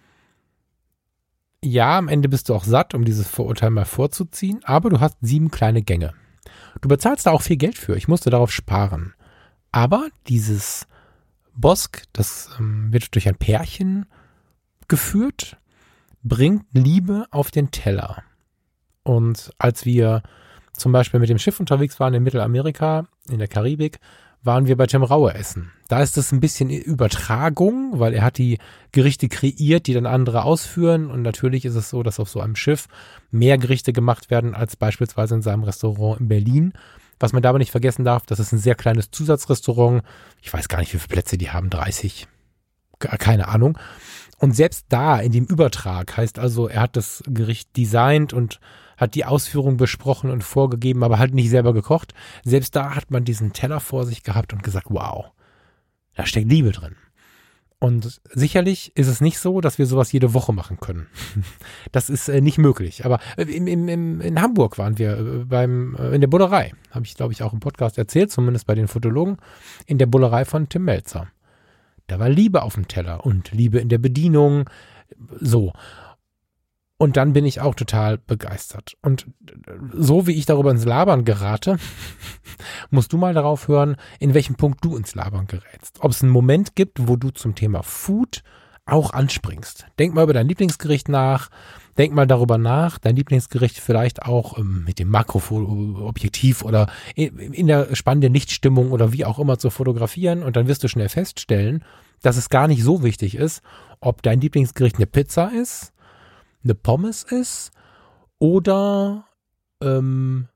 Ja, am Ende bist du auch satt, um dieses Vorurteil mal vorzuziehen, aber du hast 7 kleine Gänge. Du bezahlst da auch viel Geld für, ich musste darauf sparen. Aber dieses Bosk, das wird durch ein Pärchen geführt, bringt Liebe auf den Teller. Und als wir zum Beispiel mit dem Schiff unterwegs waren in Mittelamerika, in der Karibik, waren wir bei Tim Raue essen. Da ist es ein bisschen Übertragung, weil er hat die Gerichte kreiert, die dann andere ausführen. Und natürlich ist es so, dass auf so einem Schiff mehr Gerichte gemacht werden als beispielsweise in seinem Restaurant in Berlin. Was man dabei nicht vergessen darf, das ist ein sehr kleines Zusatzrestaurant. Ich weiß gar nicht, wie viele Plätze die haben, 30, keine Ahnung. Und selbst da in dem Übertrag heißt also, er hat das Gericht designt und hat die Ausführung besprochen und vorgegeben, aber halt nicht selber gekocht. Selbst da hat man diesen Teller vor sich gehabt und gesagt, wow, da steckt Liebe drin. Und sicherlich ist es nicht so, dass wir sowas jede Woche machen können. Das ist nicht möglich. Aber in Hamburg waren wir in der Bullerei. Habe ich, glaube ich, auch im Podcast erzählt, zumindest bei den Fotologen, in der Bullerei von Tim Melzer. Da war Liebe auf dem Teller und Liebe in der Bedienung. So. Und dann bin ich auch total begeistert. Und so wie ich darüber ins Labern gerate, musst du mal darauf hören, in welchem Punkt du ins Labern gerätst. Ob es einen Moment gibt, wo du zum Thema Food auch anspringst. Denk mal über dein Lieblingsgericht nach. Denk mal darüber nach, dein Lieblingsgericht vielleicht auch mit dem Makroobjektiv oder in der spannenden Lichtstimmung oder wie auch immer zu fotografieren. Und dann wirst du schnell feststellen, dass es gar nicht so wichtig ist, ob dein Lieblingsgericht eine Pizza ist, eine Pommes ist oder eine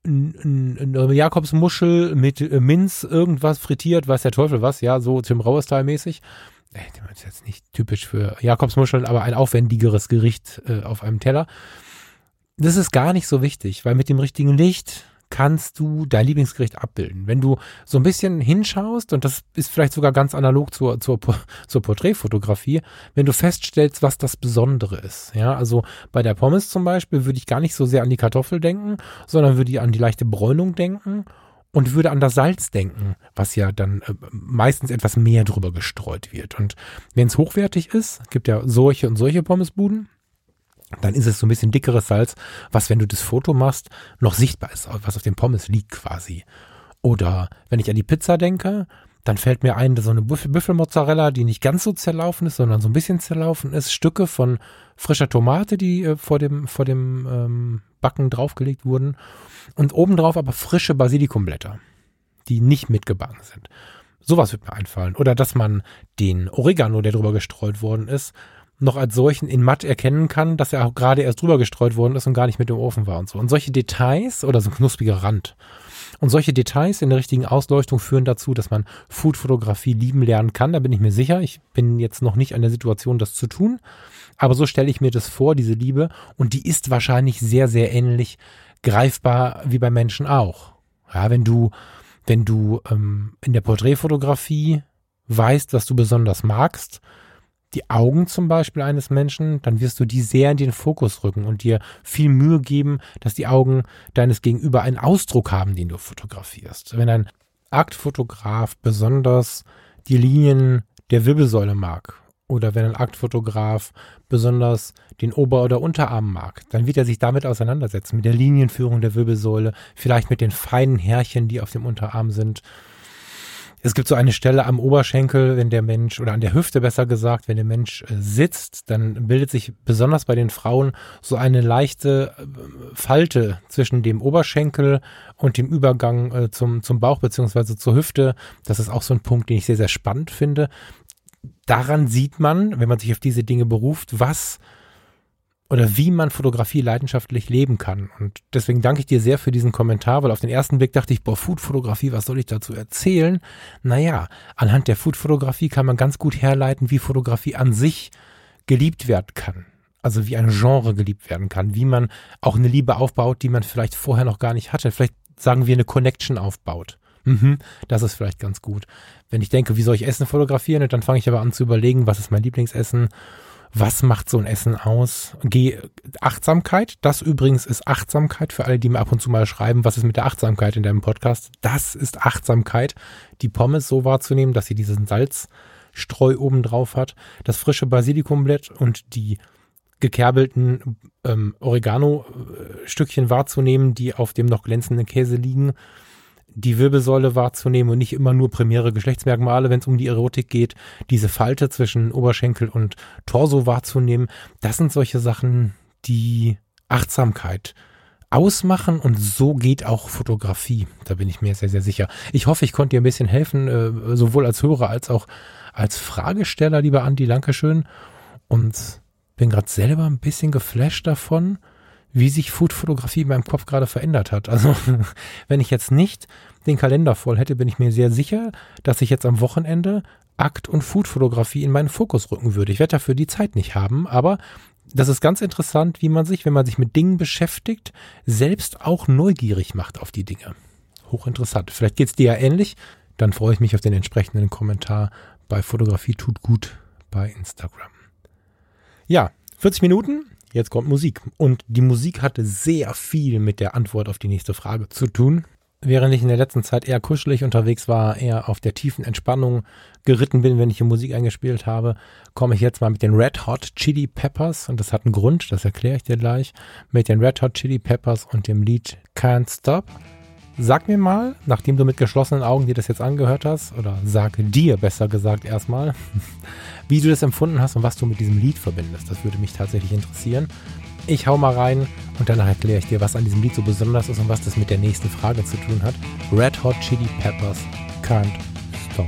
Jakobsmuschel mit Minz, irgendwas frittiert, weiß der Teufel was, ja, so Tim Rauer-Style mäßig. Das ist jetzt nicht typisch für Jakobsmuscheln, aber ein aufwendigeres Gericht auf einem Teller. Das ist gar nicht so wichtig, weil mit dem richtigen Licht kannst du dein Lieblingsgericht abbilden. Wenn du so ein bisschen hinschaust, und das ist vielleicht sogar ganz analog zur Porträtfotografie, wenn du feststellst, was das Besondere ist. Ja, also bei der Pommes zum Beispiel würde ich gar nicht so sehr an die Kartoffel denken, sondern würde ich an die leichte Bräunung denken und würde an das Salz denken, was ja dann meistens etwas mehr drüber gestreut wird. Und wenn es hochwertig ist, gibt ja solche und solche Pommesbuden, dann ist es so ein bisschen dickeres Salz, was, wenn du das Foto machst, noch sichtbar ist, was auf dem Pommes liegt quasi. Oder wenn ich an die Pizza denke, dann fällt mir ein, so eine Büffelmozzarella, die nicht ganz so zerlaufen ist, sondern so ein bisschen zerlaufen ist, Stücke von frischer Tomate, die vor dem Backen draufgelegt wurden und obendrauf aber frische Basilikumblätter, die nicht mitgebacken sind. Sowas wird mir einfallen. Oder dass man den Oregano, der drüber gestreut worden ist, noch als solchen in matt erkennen kann, dass er auch gerade erst drüber gestreut worden ist und gar nicht mit dem Ofen war und so. Und solche Details oder so ein knuspriger Rand. Und solche Details in der richtigen Ausleuchtung führen dazu, dass man Foodfotografie lieben lernen kann. Da bin ich mir sicher. Ich bin jetzt noch nicht an der Situation, das zu tun. Aber so stelle ich mir das vor, diese Liebe. Und die ist wahrscheinlich sehr, sehr ähnlich greifbar wie bei Menschen auch. Ja, wenn du in der Porträtfotografie weißt, was du besonders magst, die Augen zum Beispiel eines Menschen, dann wirst du die sehr in den Fokus rücken und dir viel Mühe geben, dass die Augen deines Gegenüber einen Ausdruck haben, den du fotografierst. Wenn ein Aktfotograf besonders die Linien der Wirbelsäule mag oder wenn ein Aktfotograf besonders den Ober- oder Unterarm mag, dann wird er sich damit auseinandersetzen, mit der Linienführung der Wirbelsäule, vielleicht mit den feinen Härchen, die auf dem Unterarm sind. Es gibt so eine Stelle am Oberschenkel, wenn der Mensch, oder an der Hüfte besser gesagt, wenn der Mensch sitzt, dann bildet sich besonders bei den Frauen so eine leichte Falte zwischen dem Oberschenkel und dem Übergang zum Bauch beziehungsweise zur Hüfte. Das ist auch so ein Punkt, den ich sehr, sehr spannend finde. Daran sieht man, wenn man sich auf diese Dinge beruft, was oder wie man Fotografie leidenschaftlich leben kann. Und deswegen danke ich dir sehr für diesen Kommentar, weil auf den ersten Blick dachte ich, Foodfotografie, was soll ich dazu erzählen? Naja, anhand der Foodfotografie kann man ganz gut herleiten, wie Fotografie an sich geliebt werden kann. Also wie ein Genre geliebt werden kann, wie man auch eine Liebe aufbaut, die man vielleicht vorher noch gar nicht hatte. Vielleicht sagen wir eine Connection aufbaut. Das ist vielleicht ganz gut. Wenn ich denke, wie soll ich Essen fotografieren? Und dann fange ich aber an zu überlegen, was ist mein Lieblingsessen? Was macht so ein Essen aus? Achtsamkeit, das übrigens ist Achtsamkeit für alle, die mir ab und zu mal schreiben, was ist mit der Achtsamkeit in deinem Podcast? Das ist Achtsamkeit, die Pommes so wahrzunehmen, dass sie diesen Salzstreu oben drauf hat, das frische Basilikumblatt und die gekerbelten Oregano-Stückchen wahrzunehmen, die auf dem noch glänzenden Käse liegen, die Wirbelsäule wahrzunehmen und nicht immer nur primäre Geschlechtsmerkmale, wenn es um die Erotik geht, diese Falte zwischen Oberschenkel und Torso wahrzunehmen. Das sind solche Sachen, die Achtsamkeit ausmachen und so geht auch Fotografie. Da bin ich mir sehr, sehr sicher. Ich hoffe, ich konnte dir ein bisschen helfen, sowohl als Hörer als auch als Fragesteller, lieber Andi, Dankeschön. Und bin gerade selber ein bisschen geflasht davon, wie sich Foodfotografie in meinem Kopf gerade verändert hat. Also wenn ich jetzt nicht den Kalender voll hätte, bin ich mir sehr sicher, dass ich jetzt am Wochenende Akt- und Food-Fotografie in meinen Fokus rücken würde. Ich werde dafür die Zeit nicht haben, aber das ist ganz interessant, wie man sich, wenn man sich mit Dingen beschäftigt, selbst auch neugierig macht auf die Dinge. Hochinteressant. Vielleicht geht es dir ja ähnlich. Dann freue ich mich auf den entsprechenden Kommentar bei Fotografie tut gut bei Instagram. Ja, 40 Minuten, jetzt kommt Musik. Und die Musik hatte sehr viel mit der Antwort auf die nächste Frage zu tun. Während ich in der letzten Zeit eher kuschelig unterwegs war, eher auf der tiefen Entspannung geritten bin, wenn ich die Musik eingespielt habe, komme ich jetzt mal mit den Red Hot Chili Peppers, und das hat einen Grund, das erkläre ich dir gleich, mit den Red Hot Chili Peppers und dem Lied Can't Stop. Sag mir mal, nachdem du mit geschlossenen Augen dir das jetzt angehört hast, oder sag dir besser gesagt erstmal, wie du das empfunden hast und was du mit diesem Lied verbindest. Das würde mich tatsächlich interessieren. Ich hau mal rein und danach erkläre ich dir, was an diesem Lied so besonders ist und was das mit der nächsten Frage zu tun hat. Red Hot Chili Peppers, Can't Stop.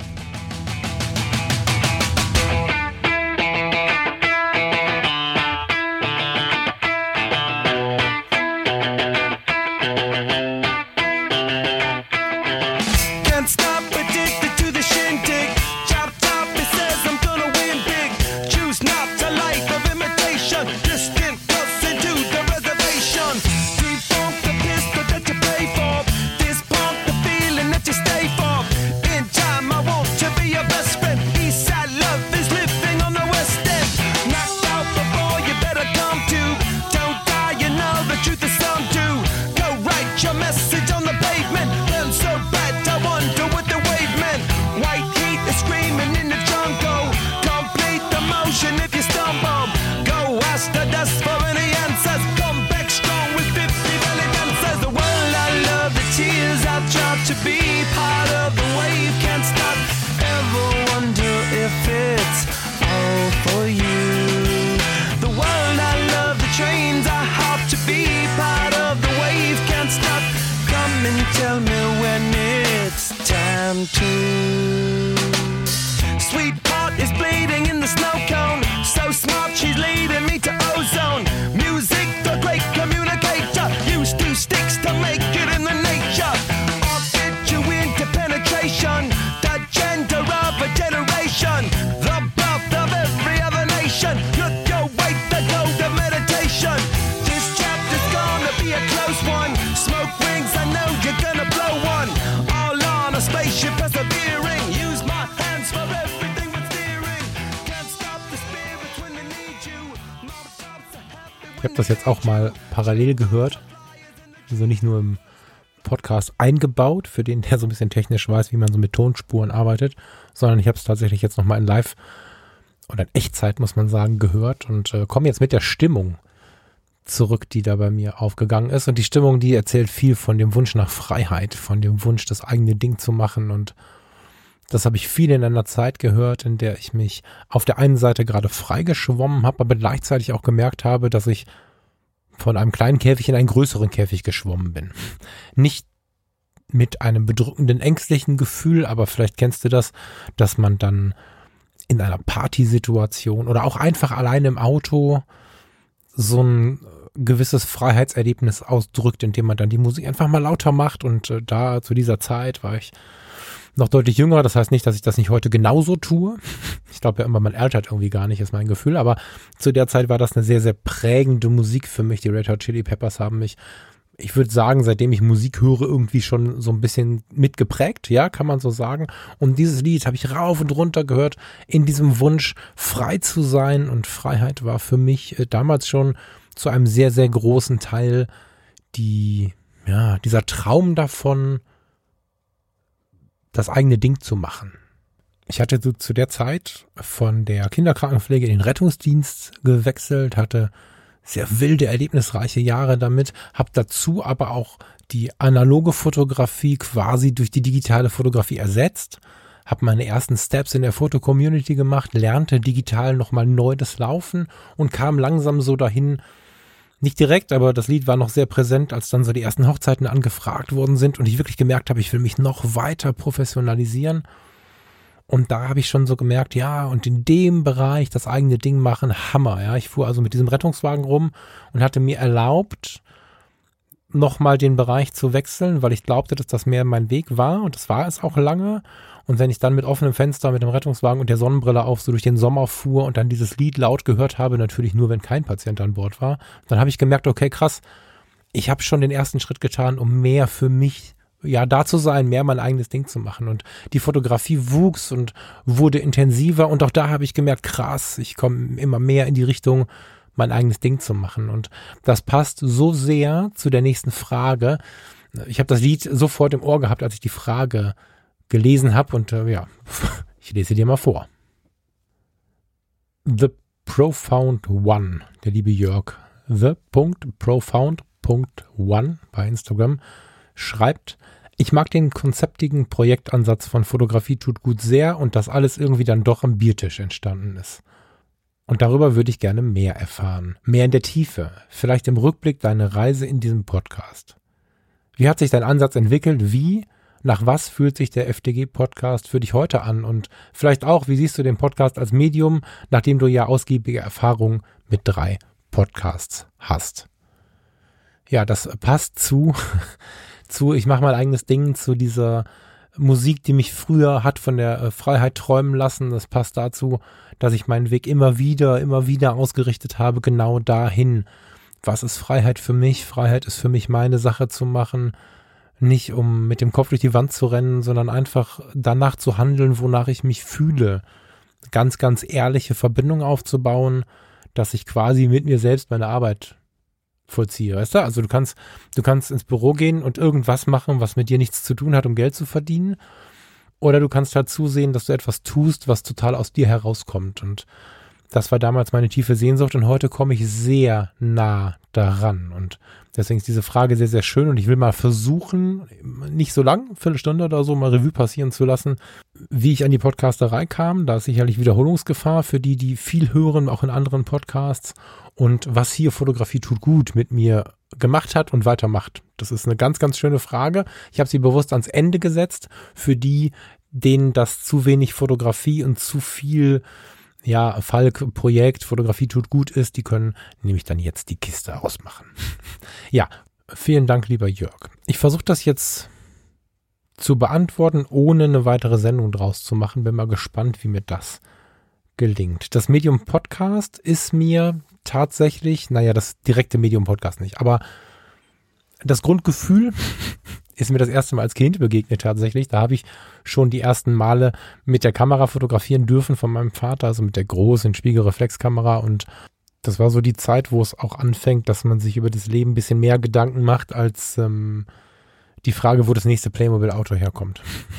Sweetheart is bleeding in the snow cone. So smart, she's leading me to ozone. Music, the great communicator. Used two sticks to make it in the nature. I'll fit you into penetration. The gender of a generation. The birth of every other nation. Look your way, the code of meditation. This chapter's gonna be a close one. Smoke rings, I know you're gonna blow one. All on a spaceship persevering. Use my hands for everything but steering. Can't stop the spirit when they need you. Ich habe das jetzt auch mal parallel gehört. Also nicht nur im Podcast eingebaut, für den, der so ein bisschen technisch weiß, wie man so mit Tonspuren arbeitet, sondern ich habe es tatsächlich jetzt nochmal in Live oder in Echtzeit, muss man sagen, gehört und komme jetzt mit der Stimmung zurück, die da bei mir aufgegangen ist. Und die Stimmung, die erzählt viel von dem Wunsch nach Freiheit, von dem Wunsch, das eigene Ding zu machen. Und das habe ich viel in einer Zeit gehört, in der ich mich auf der einen Seite gerade frei geschwommen habe, aber gleichzeitig auch gemerkt habe, dass ich von einem kleinen Käfig in einen größeren Käfig geschwommen bin. Nicht mit einem bedrückenden, ängstlichen Gefühl, aber vielleicht kennst du das, dass man dann in einer Partysituation oder auch einfach alleine im Auto so ein gewisses Freiheitserlebnis ausdrückt, indem man dann die Musik einfach mal lauter macht. Und da zu dieser Zeit war ich noch deutlich jünger. Das heißt nicht, dass ich das nicht heute genauso tue. Ich glaube ja immer, man altert irgendwie gar nicht, ist mein Gefühl. Aber zu der Zeit war das eine sehr, sehr prägende Musik für mich. Die Red Hot Chili Peppers haben mich, ich würde sagen, seitdem ich Musik höre, irgendwie schon so ein bisschen mitgeprägt. Ja, kann man so sagen. Und dieses Lied habe ich rauf und runter gehört in diesem Wunsch, frei zu sein. Und Freiheit war für mich damals schon zu einem sehr, sehr großen Teil dieser Traum davon, das eigene Ding zu machen. Ich hatte so zu der Zeit von der Kinderkrankenpflege in den Rettungsdienst gewechselt, hatte sehr wilde, erlebnisreiche Jahre damit, habe dazu aber auch die analoge Fotografie quasi durch die digitale Fotografie ersetzt, habe meine ersten Steps in der Foto-Community gemacht, lernte digital nochmal neu das Laufen und kam langsam so dahin, nicht direkt, aber das Lied war noch sehr präsent, als dann so die ersten Hochzeiten angefragt worden sind und ich wirklich gemerkt habe, ich will mich noch weiter professionalisieren. Und da habe ich schon so gemerkt, ja, und in dem Bereich das eigene Ding machen, Hammer. Ja, ich fuhr also mit diesem Rettungswagen rum und hatte mir erlaubt, nochmal den Bereich zu wechseln, weil ich glaubte, dass das mehr mein Weg war und das war es auch lange. Und wenn ich dann mit offenem Fenster, mit dem Rettungswagen und der Sonnenbrille auf so durch den Sommer fuhr und dann dieses Lied laut gehört habe, natürlich nur, wenn kein Patient an Bord war, dann habe ich gemerkt, okay, krass, ich habe schon den ersten Schritt getan, um mehr für mich, ja, da zu sein, mehr mein eigenes Ding zu machen. Und die Fotografie wuchs und wurde intensiver und auch da habe ich gemerkt, krass, ich komme immer mehr in die Richtung, mein eigenes Ding zu machen. Und das passt so sehr zu der nächsten Frage. Ich habe das Lied sofort im Ohr gehabt, als ich die Frage gelesen habe und ja, ich lese dir mal vor. The Profound One, der liebe Jörg, the.profound.one bei Instagram, schreibt, ich mag den konzeptigen Projektansatz von Fotografie tut gut sehr und dass alles irgendwie dann doch am Biertisch entstanden ist. Und darüber würde ich gerne mehr erfahren, mehr in der Tiefe, vielleicht im Rückblick deine Reise in diesem Podcast. Wie hat sich dein Ansatz entwickelt? Wie, nach was fühlt sich der FDG-Podcast für dich heute an? Und vielleicht auch, wie siehst du den Podcast als Medium, nachdem du ja ausgiebige Erfahrung mit 3 Podcasts hast? Ja, das passt zu ich mache mein eigenes Ding, zu dieser Musik, die mich früher hat von der Freiheit träumen lassen. Das passt dazu, dass ich meinen Weg immer wieder ausgerichtet habe, genau dahin. Was ist Freiheit für mich? Freiheit ist für mich, meine Sache zu machen, nicht um mit dem Kopf durch die Wand zu rennen, sondern einfach danach zu handeln, wonach ich mich fühle. Ganz, ganz ehrliche Verbindung aufzubauen, dass ich quasi mit mir selbst meine Arbeit vollziehe, weißt du? Also du kannst ins Büro gehen und irgendwas machen, was mit dir nichts zu tun hat, um Geld zu verdienen. Oder du kannst halt zusehen, dass du etwas tust, was total aus dir herauskommt. Und das war damals meine tiefe Sehnsucht und heute komme ich sehr nah daran. Und deswegen ist diese Frage sehr, sehr schön und ich will mal versuchen, nicht so lang, Viertelstunde oder so, mal Revue passieren zu lassen, wie ich an die Podcasterei kam. Da ist sicherlich Wiederholungsgefahr für die viel hören, auch in anderen Podcasts. Und was hier Fotografie tut gut mit mir gemacht hat und weitermacht. Das ist eine ganz, ganz schöne Frage. Ich habe sie bewusst ans Ende gesetzt, für die, denen das zu wenig Fotografie und zu viel Falk-Projekt, Fotografie tut gut ist, die können nämlich dann jetzt die Kiste ausmachen. Ja, vielen Dank, lieber Jörg. Ich versuche das jetzt zu beantworten, ohne eine weitere Sendung draus zu machen. Bin mal gespannt, wie mir das gelingt. Das Medium Podcast ist mir tatsächlich, das direkte Medium Podcast nicht, aber das Grundgefühl ist mir das erste Mal als Kind begegnet tatsächlich. Da habe ich schon die ersten Male mit der Kamera fotografieren dürfen von meinem Vater, also mit der großen Spiegelreflexkamera und das war so die Zeit, wo es auch anfängt, dass man sich über das Leben ein bisschen mehr Gedanken macht, als die Frage, wo das nächste Playmobil-Auto herkommt.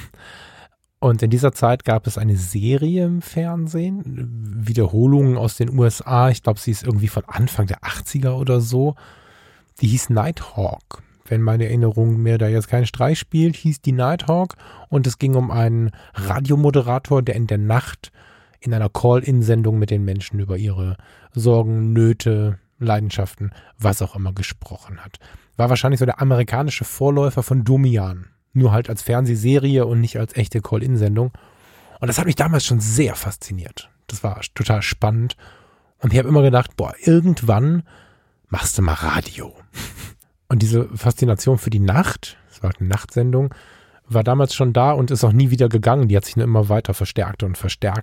Und in dieser Zeit gab es eine Serie im Fernsehen, Wiederholungen aus den USA. Ich glaube, sie ist irgendwie von Anfang der 80er oder so. Die hieß Nighthawk. Wenn meine Erinnerung mir da jetzt keinen Streich spielt, hieß die Nighthawk. Und es ging um einen Radiomoderator, der in der Nacht in einer Call-In-Sendung mit den Menschen über ihre Sorgen, Nöte, Leidenschaften, was auch immer gesprochen hat. War wahrscheinlich so der amerikanische Vorläufer von Domian. Nur halt als Fernsehserie und nicht als echte Call-In-Sendung. Und das hat mich damals schon sehr fasziniert. Das war total spannend. Und ich habe immer gedacht, irgendwann machst du mal Radio. Und diese Faszination für die Nacht, das war eine Nachtsendung, war damals schon da und ist auch nie wieder gegangen. Die hat sich nur immer weiter verstärkt und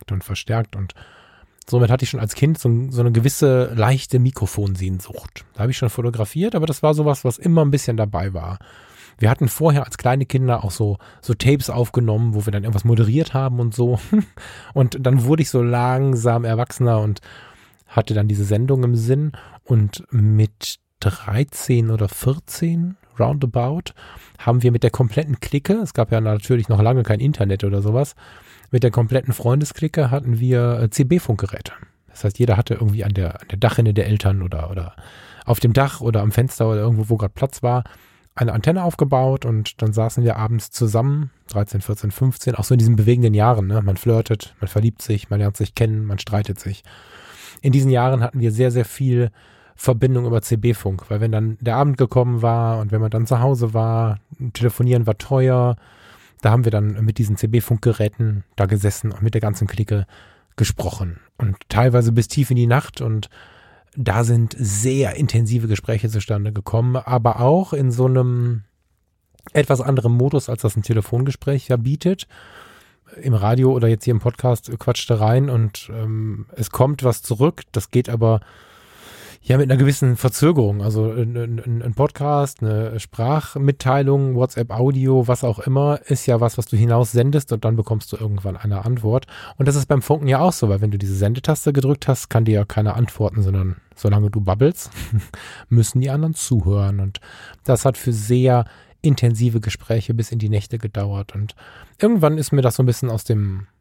somit hatte ich schon als Kind so eine gewisse leichte Mikrofonsehnsucht. Da habe ich schon fotografiert, aber das war sowas, was immer ein bisschen dabei war. Wir hatten vorher als kleine Kinder auch so Tapes aufgenommen, wo wir dann irgendwas moderiert haben und so. Und dann wurde ich so langsam erwachsener und hatte dann diese Sendung im Sinn. Und mit 13 oder 14 roundabout haben wir mit der kompletten Clique, es gab ja natürlich noch lange kein Internet oder sowas, mit der kompletten Freundesklicke hatten wir CB-Funkgeräte. Das heißt, jeder hatte irgendwie an der Dachrinne der Eltern oder auf dem Dach oder am Fenster oder irgendwo, wo gerade Platz war, eine Antenne aufgebaut und dann saßen wir abends zusammen, 13, 14, 15, auch so in diesen bewegenden Jahren, ne? Man flirtet, man verliebt sich, man lernt sich kennen, man streitet sich. In diesen Jahren hatten wir sehr, sehr viel Verbindung über CB-Funk, weil wenn dann der Abend gekommen war und wenn man dann zu Hause war, telefonieren war teuer, da haben wir dann mit diesen CB-Funkgeräten da gesessen und mit der ganzen Clique gesprochen und teilweise bis tief in die Nacht und da sind sehr intensive Gespräche zustande gekommen, aber auch in so einem etwas anderen Modus, als das ein Telefongespräch ja bietet. im Radio oder jetzt hier im Podcast quatscht da rein und es kommt was zurück. Das geht aber ja mit einer gewissen Verzögerung. Also ein Podcast, eine Sprachmitteilung, WhatsApp-Audio, was auch immer, ist ja was du hinaus sendest und dann bekommst du irgendwann eine Antwort. Und das ist beim Funken ja auch so, weil wenn du diese Sendetaste gedrückt hast, kann dir ja keiner antworten, sondern solange du babbelst, müssen die anderen zuhören. Und das hat für sehr intensive Gespräche bis in die Nächte gedauert. Und irgendwann ist mir das so ein bisschen aus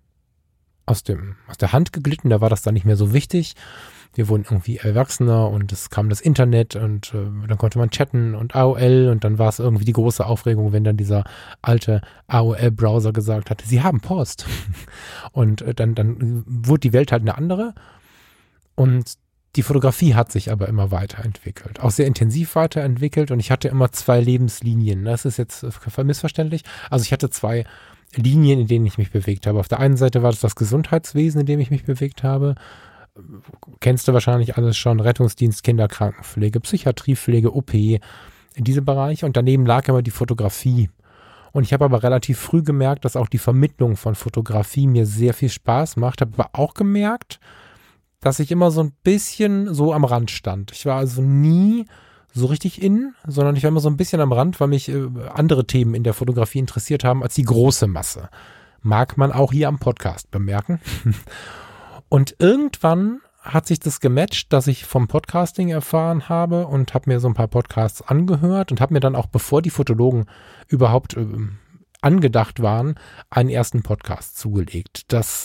der Hand geglitten, da war das dann nicht mehr so wichtig. Wir wurden irgendwie erwachsener und es kam das Internet und dann konnte man chatten und AOL und dann war es irgendwie die große Aufregung, wenn dann dieser alte AOL-Browser gesagt hatte, sie haben Post. Und dann wurde die Welt halt eine andere und die Fotografie hat sich aber immer weiterentwickelt, auch sehr intensiv weiterentwickelt und ich hatte immer 2 Lebenslinien. Das ist jetzt missverständlich. Also ich hatte 2 Linien, in denen ich mich bewegt habe. Auf der einen Seite war das Gesundheitswesen, in dem ich mich bewegt habe. Kennst du wahrscheinlich alles schon, Rettungsdienst, Kinderkrankenpflege, Psychiatriepflege, OP, in diesem Bereich. Und daneben lag immer die Fotografie. Und ich habe aber relativ früh gemerkt, dass auch die Vermittlung von Fotografie mir sehr viel Spaß macht. Habe aber auch gemerkt, dass ich immer so ein bisschen so am Rand stand. Ich war also nie so richtig in, sondern ich war immer so ein bisschen am Rand, weil mich andere Themen in der Fotografie interessiert haben als die große Masse. Mag man auch hier am Podcast bemerken. Und irgendwann hat sich das gematcht, dass ich vom Podcasting erfahren habe und habe mir so ein paar Podcasts angehört und habe mir dann auch, bevor die Fotologen überhaupt angedacht waren, einen ersten Podcast zugelegt. Das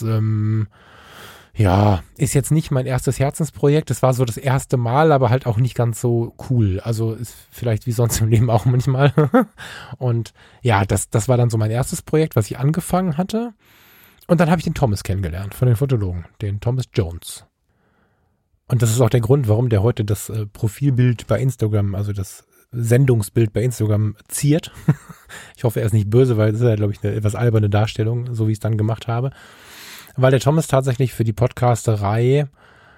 ist jetzt nicht mein erstes Herzensprojekt. Das war so das erste Mal, aber halt auch nicht ganz so cool. Also ist vielleicht wie sonst im Leben auch manchmal. Und ja, das war dann so mein erstes Projekt, was ich angefangen hatte. Und dann habe ich den Thomas kennengelernt von den Fotologen, den Thomas Jones. Und das ist auch der Grund, warum der heute das Profilbild bei Instagram, also das Sendungsbild bei Instagram ziert. Ich hoffe, er ist nicht böse, weil das ist ja, glaube ich, eine etwas alberne Darstellung, so wie ich es dann gemacht habe. Weil der Thomas tatsächlich für die Podcasterei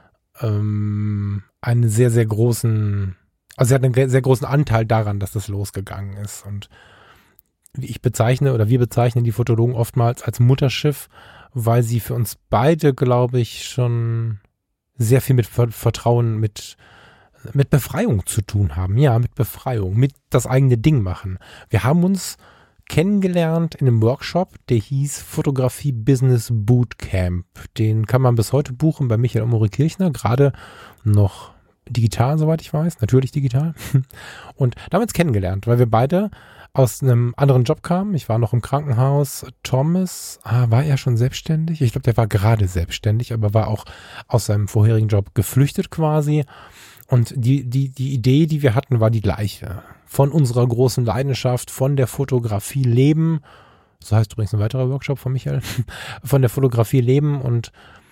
einen sehr, sehr großen, also er hat einen sehr großen Anteil daran, dass das losgegangen ist. Und wir bezeichnen die Fotologen oftmals als Mutterschiff, weil sie für uns beide, glaube ich, schon sehr viel mit Vertrauen, mit Befreiung zu tun haben. Ja, mit Befreiung, mit das eigene Ding machen. Wir haben uns kennengelernt in einem Workshop, der hieß Fotografie Business Bootcamp. Den kann man bis heute buchen bei Michael Omori Kirchner, gerade noch digital, soweit ich weiß, natürlich digital. Und da haben wir uns kennengelernt, weil wir beide aus einem anderen Job kamen. Ich war noch im Krankenhaus. Thomas, war er schon selbstständig? Ich glaube, der war gerade selbstständig, aber war auch aus seinem vorherigen Job geflüchtet quasi. Und die Idee, die wir hatten, war die gleiche. Von unserer großen Leidenschaft, von der Fotografie leben. So heißt übrigens ein weiterer Workshop von Michael. Von der Fotografie leben und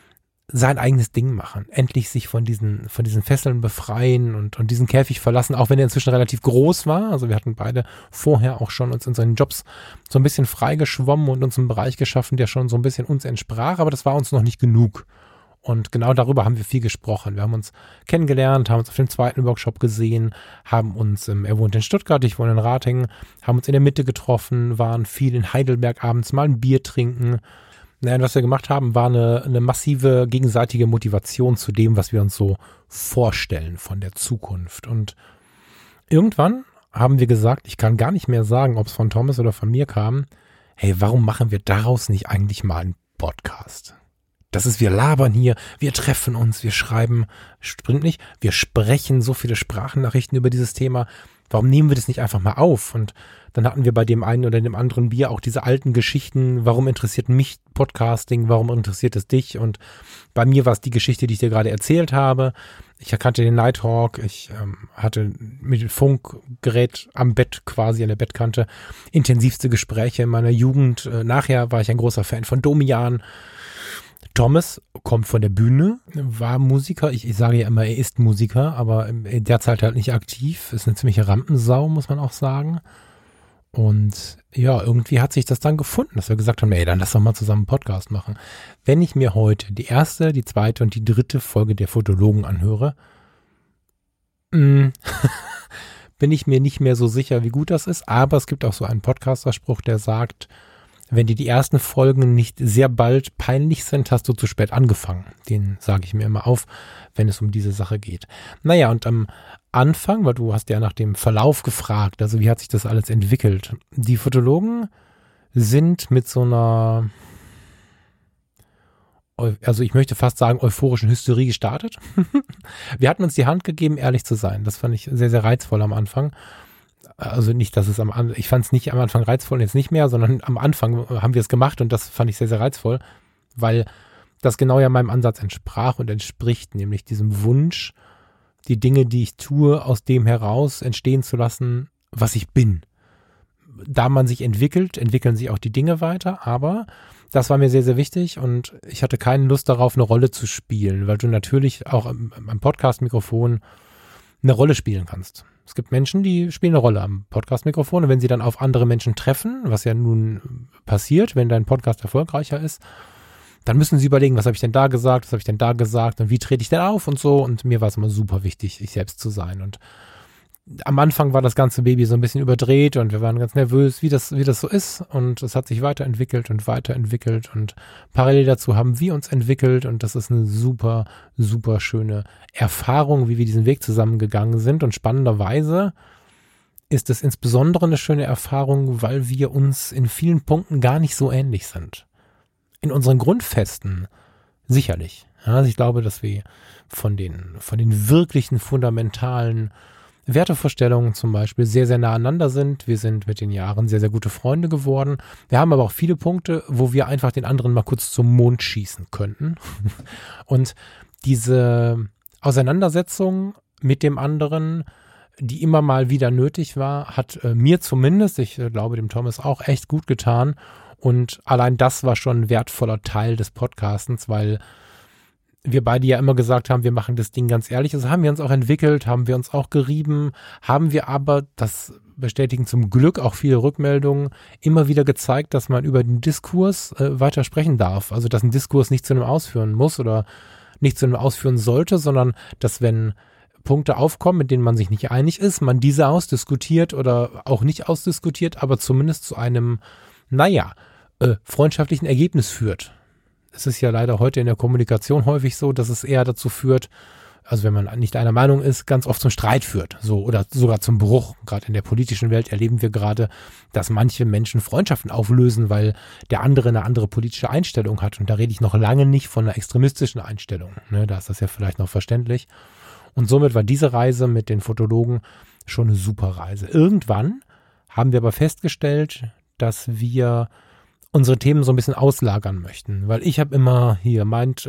sein eigenes Ding machen. Endlich sich von diesen Fesseln befreien und diesen Käfig verlassen, auch wenn er inzwischen relativ groß war. Also wir hatten beide vorher auch schon uns in seinen Jobs so ein bisschen freigeschwommen und uns einen Bereich geschaffen, der schon so ein bisschen uns entsprach, aber das war uns noch nicht genug. Und genau darüber haben wir viel gesprochen. Wir haben uns kennengelernt, haben uns auf dem zweiten Workshop gesehen, haben uns, er wohnt in Stuttgart, ich wohne in Ratingen, haben uns in der Mitte getroffen, waren viel in Heidelberg abends mal ein Bier trinken. Naja, was wir gemacht haben, war eine massive gegenseitige Motivation zu dem, was wir uns so vorstellen von der Zukunft. Und irgendwann haben wir gesagt, ich kann gar nicht mehr sagen, ob es von Thomas oder von mir kam, hey, warum machen wir daraus nicht eigentlich mal einen Podcast? Das ist, wir labern hier, wir treffen uns, wir schreiben, stimmt nicht, wir sprechen so viele Sprachnachrichten über dieses Thema. Warum nehmen wir das nicht einfach mal auf? Und dann hatten wir bei dem einen oder dem anderen Bier auch diese alten Geschichten. Warum interessiert mich Podcasting? Warum interessiert es dich? Und bei mir war es die Geschichte, die ich dir gerade erzählt habe. Ich erkannte den Nighthawk. Ich hatte mit dem Funkgerät am Bett quasi, an der Bettkante, intensivste Gespräche in meiner Jugend. Nachher war ich ein großer Fan von Domian. Thomas kommt von der Bühne, war Musiker. Ich sage ja immer, er ist Musiker, aber derzeit halt nicht aktiv. Ist eine ziemliche Rampensau, muss man auch sagen. Und ja, irgendwie hat sich das dann gefunden, dass wir gesagt haben, ey, dann lass doch mal zusammen einen Podcast machen. Wenn ich mir heute die erste, die zweite und die dritte Folge der Fotologen anhöre, bin ich mir nicht mehr so sicher, wie gut das ist. Aber es gibt auch so einen Podcaster-Spruch, der sagt, wenn dir die ersten Folgen nicht sehr bald peinlich sind, hast du zu spät angefangen. Den sage ich mir immer auf, wenn es um diese Sache geht. Naja, und am Anfang, weil du hast ja nach dem Verlauf gefragt, also wie hat sich das alles entwickelt? Die Fotologen sind mit so einer, also ich möchte fast sagen, euphorischen Hysterie gestartet. Wir hatten uns die Hand gegeben, ehrlich zu sein. Das fand ich sehr, sehr reizvoll am Anfang. Also nicht, dass es ich fand es nicht am Anfang reizvoll und jetzt nicht mehr, sondern am Anfang haben wir es gemacht und das fand ich sehr, sehr reizvoll, weil das genau ja meinem Ansatz entsprach und entspricht, nämlich diesem Wunsch, die Dinge, die ich tue, aus dem heraus entstehen zu lassen, was ich bin. Da man sich entwickelt, entwickeln sich auch die Dinge weiter, aber das war mir sehr, sehr wichtig und ich hatte keine Lust darauf, eine Rolle zu spielen, weil du natürlich auch am Podcast-Mikrofon eine Rolle spielen kannst. Es gibt Menschen, die spielen eine Rolle am Podcast-Mikrofon und wenn sie dann auf andere Menschen treffen, was ja nun passiert, wenn dein Podcast erfolgreicher ist, dann müssen sie überlegen, was habe ich denn da gesagt, was habe ich denn da gesagt und wie trete ich denn auf und so. Und mir war es immer super wichtig, ich selbst zu sein. Und am Anfang war das ganze Baby so ein bisschen überdreht und wir waren ganz nervös, wie das so ist. Und es hat sich weiterentwickelt und parallel dazu haben wir uns entwickelt und das ist eine super, super schöne Erfahrung, wie wir diesen Weg zusammengegangen sind. Und spannenderweise ist es insbesondere eine schöne Erfahrung, weil wir uns in vielen Punkten gar nicht so ähnlich sind. In unseren Grundfesten sicherlich. Ja, also ich glaube, dass wir von den wirklichen fundamentalen Wertevorstellungen zum Beispiel sehr, sehr nah aneinander sind. Wir sind mit den Jahren sehr, sehr gute Freunde geworden. Wir haben aber auch viele Punkte, wo wir einfach den anderen mal kurz zum Mond schießen könnten. Und diese Auseinandersetzung mit dem anderen, die immer mal wieder nötig war, hat mir zumindest, ich glaube dem Thomas auch, echt gut getan. Und allein das war schon ein wertvoller Teil des Podcastens, weil wir beide ja immer gesagt haben, wir machen das Ding ganz ehrlich. Also haben wir uns auch entwickelt, haben wir uns auch gerieben, haben wir aber, das bestätigen zum Glück auch viele Rückmeldungen, immer wieder gezeigt, dass man über den Diskurs weiter sprechen darf. Also dass ein Diskurs nicht zu einem ausführen muss oder nicht zu einem ausführen sollte, sondern dass wenn Punkte aufkommen, mit denen man sich nicht einig ist, man diese ausdiskutiert oder auch nicht ausdiskutiert, aber zumindest zu einem, freundschaftlichen Ergebnis führt. Es ist ja leider heute in der Kommunikation häufig so, dass es eher dazu führt, also wenn man nicht einer Meinung ist, ganz oft zum Streit führt, so oder sogar zum Bruch. Gerade in der politischen Welt erleben wir gerade, dass manche Menschen Freundschaften auflösen, weil der andere eine andere politische Einstellung hat. Und da rede ich noch lange nicht von einer extremistischen Einstellung. Ne, da ist das ja vielleicht noch verständlich. Und somit war diese Reise mit den Fotologen schon eine super Reise. Irgendwann haben wir aber festgestellt, dass wir unsere Themen so ein bisschen auslagern möchten, weil ich habe immer hier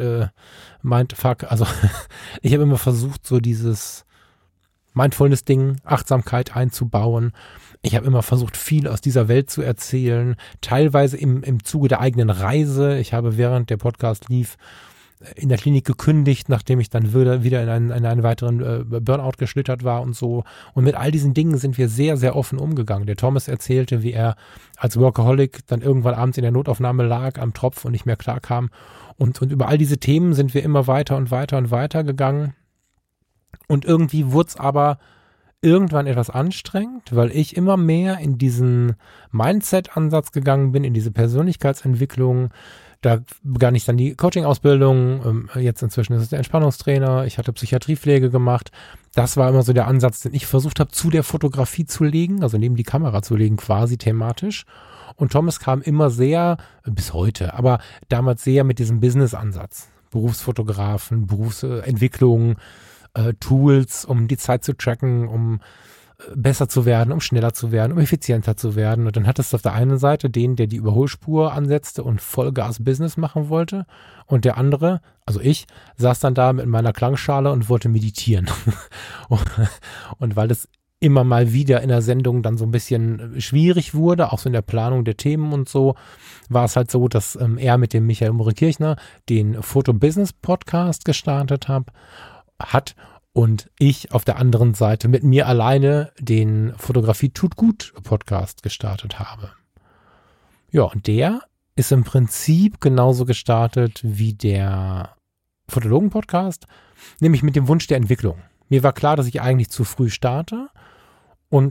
Mindfuck, also ich habe immer versucht, so dieses Mindfulness-Ding, Achtsamkeit einzubauen. Ich habe immer versucht, viel aus dieser Welt zu erzählen, teilweise im Zuge der eigenen Reise. Ich habe, während der Podcast lief, in der Klinik gekündigt, nachdem ich dann wieder in einen weiteren Burnout geschlittert war und so. Und mit all diesen Dingen sind wir sehr, sehr offen umgegangen. Der Thomas erzählte, wie er als Workaholic dann irgendwann abends in der Notaufnahme lag, am Tropf und nicht mehr klar kam. Und über all diese Themen sind wir immer weiter und weiter und weiter gegangen. Und irgendwie wurde es aber irgendwann etwas anstrengend, weil ich immer mehr in diesen Mindset-Ansatz gegangen bin, in diese Persönlichkeitsentwicklung. Da begann ich dann die Coaching-Ausbildung, jetzt inzwischen ist es der Entspannungstrainer, ich hatte Psychiatriepflege gemacht. Das war immer so der Ansatz, den ich versucht habe, zu der Fotografie zu legen, also neben die Kamera zu legen, quasi thematisch. Und Thomas kam immer sehr, bis heute, aber damals sehr mit diesem Business-Ansatz. Berufsfotografen, Berufsentwicklung, Tools, um die Zeit zu tracken, um besser zu werden, um schneller zu werden, um effizienter zu werden. Und dann hattest du auf der einen Seite den, der die Überholspur ansetzte und Vollgas-Business machen wollte. Und der andere, also ich, saß dann da mit meiner Klangschale und wollte meditieren. Und weil es immer mal wieder in der Sendung dann so ein bisschen schwierig wurde, auch so in der Planung der Themen und so, war es halt so, dass er mit dem Michael Murre-Kirchner den Foto-Business-Podcast gestartet hat und ich auf der anderen Seite mit mir alleine den Fotografie tut gut Podcast gestartet habe. Ja, und der ist im Prinzip genauso gestartet wie der Fotologen-Podcast, nämlich mit dem Wunsch der Entwicklung. Mir war klar, dass ich eigentlich zu früh starte und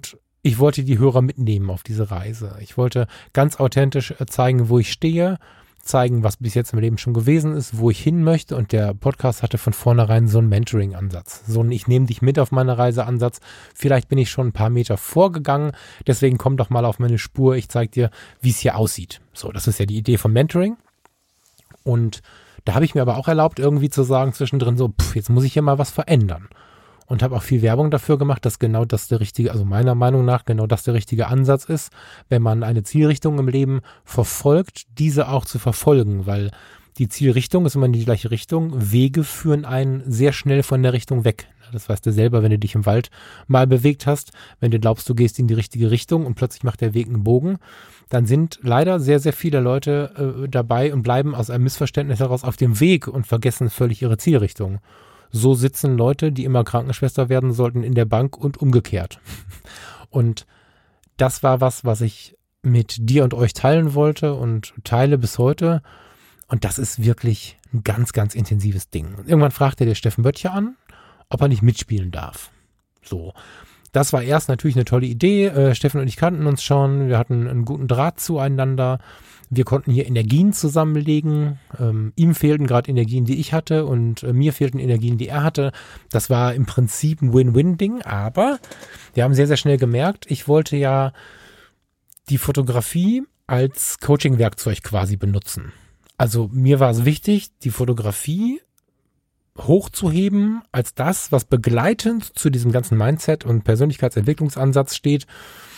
ich wollte die Hörer mitnehmen auf diese Reise. Ich wollte ganz authentisch zeigen, wo ich stehe, zeigen, was bis jetzt im Leben schon gewesen ist, wo ich hin möchte, und der Podcast hatte von vornherein so einen Mentoring-Ansatz. So ein Ich nehme dich mit auf meine Reise-Ansatz. Vielleicht bin ich schon ein paar Meter vorgegangen, deswegen komm doch mal auf meine Spur, ich zeige dir, wie es hier aussieht. So, das ist ja die Idee vom Mentoring. Und da habe ich mir aber auch erlaubt, irgendwie zu sagen zwischendrin so, jetzt muss ich hier mal was verändern. Und habe auch viel Werbung dafür gemacht, dass genau das der richtige, also meiner Meinung nach genau das der richtige Ansatz ist, wenn man eine Zielrichtung im Leben verfolgt, diese auch zu verfolgen, weil die Zielrichtung ist immer in die gleiche Richtung. Wege führen einen sehr schnell von der Richtung weg. Das weißt du selber, wenn du dich im Wald mal bewegt hast, wenn du glaubst, du gehst in die richtige Richtung und plötzlich macht der Weg einen Bogen, dann sind leider sehr, sehr viele Leute dabei und bleiben aus einem Missverständnis heraus auf dem Weg und vergessen völlig ihre Zielrichtung. So sitzen Leute, die immer Krankenschwester werden sollten, in der Bank und umgekehrt. Und das war was ich mit dir und euch teilen wollte und teile bis heute. Und das ist wirklich ein ganz, ganz intensives Ding. Und irgendwann fragte der Steffen Böttcher an, ob er nicht mitspielen darf. So. Das war erst natürlich eine tolle Idee. Steffen und ich kannten uns schon. Wir hatten einen guten Draht zueinander. Wir konnten hier Energien zusammenlegen. Ihm fehlten gerade Energien, die ich hatte, und mir fehlten Energien, die er hatte. Das war im Prinzip ein Win-Win-Ding, aber wir haben sehr, sehr schnell gemerkt, ich wollte ja die Fotografie als Coaching-Werkzeug quasi benutzen. Also mir war es wichtig, die Fotografie hochzuheben als das, was begleitend zu diesem ganzen Mindset- und Persönlichkeitsentwicklungsansatz steht,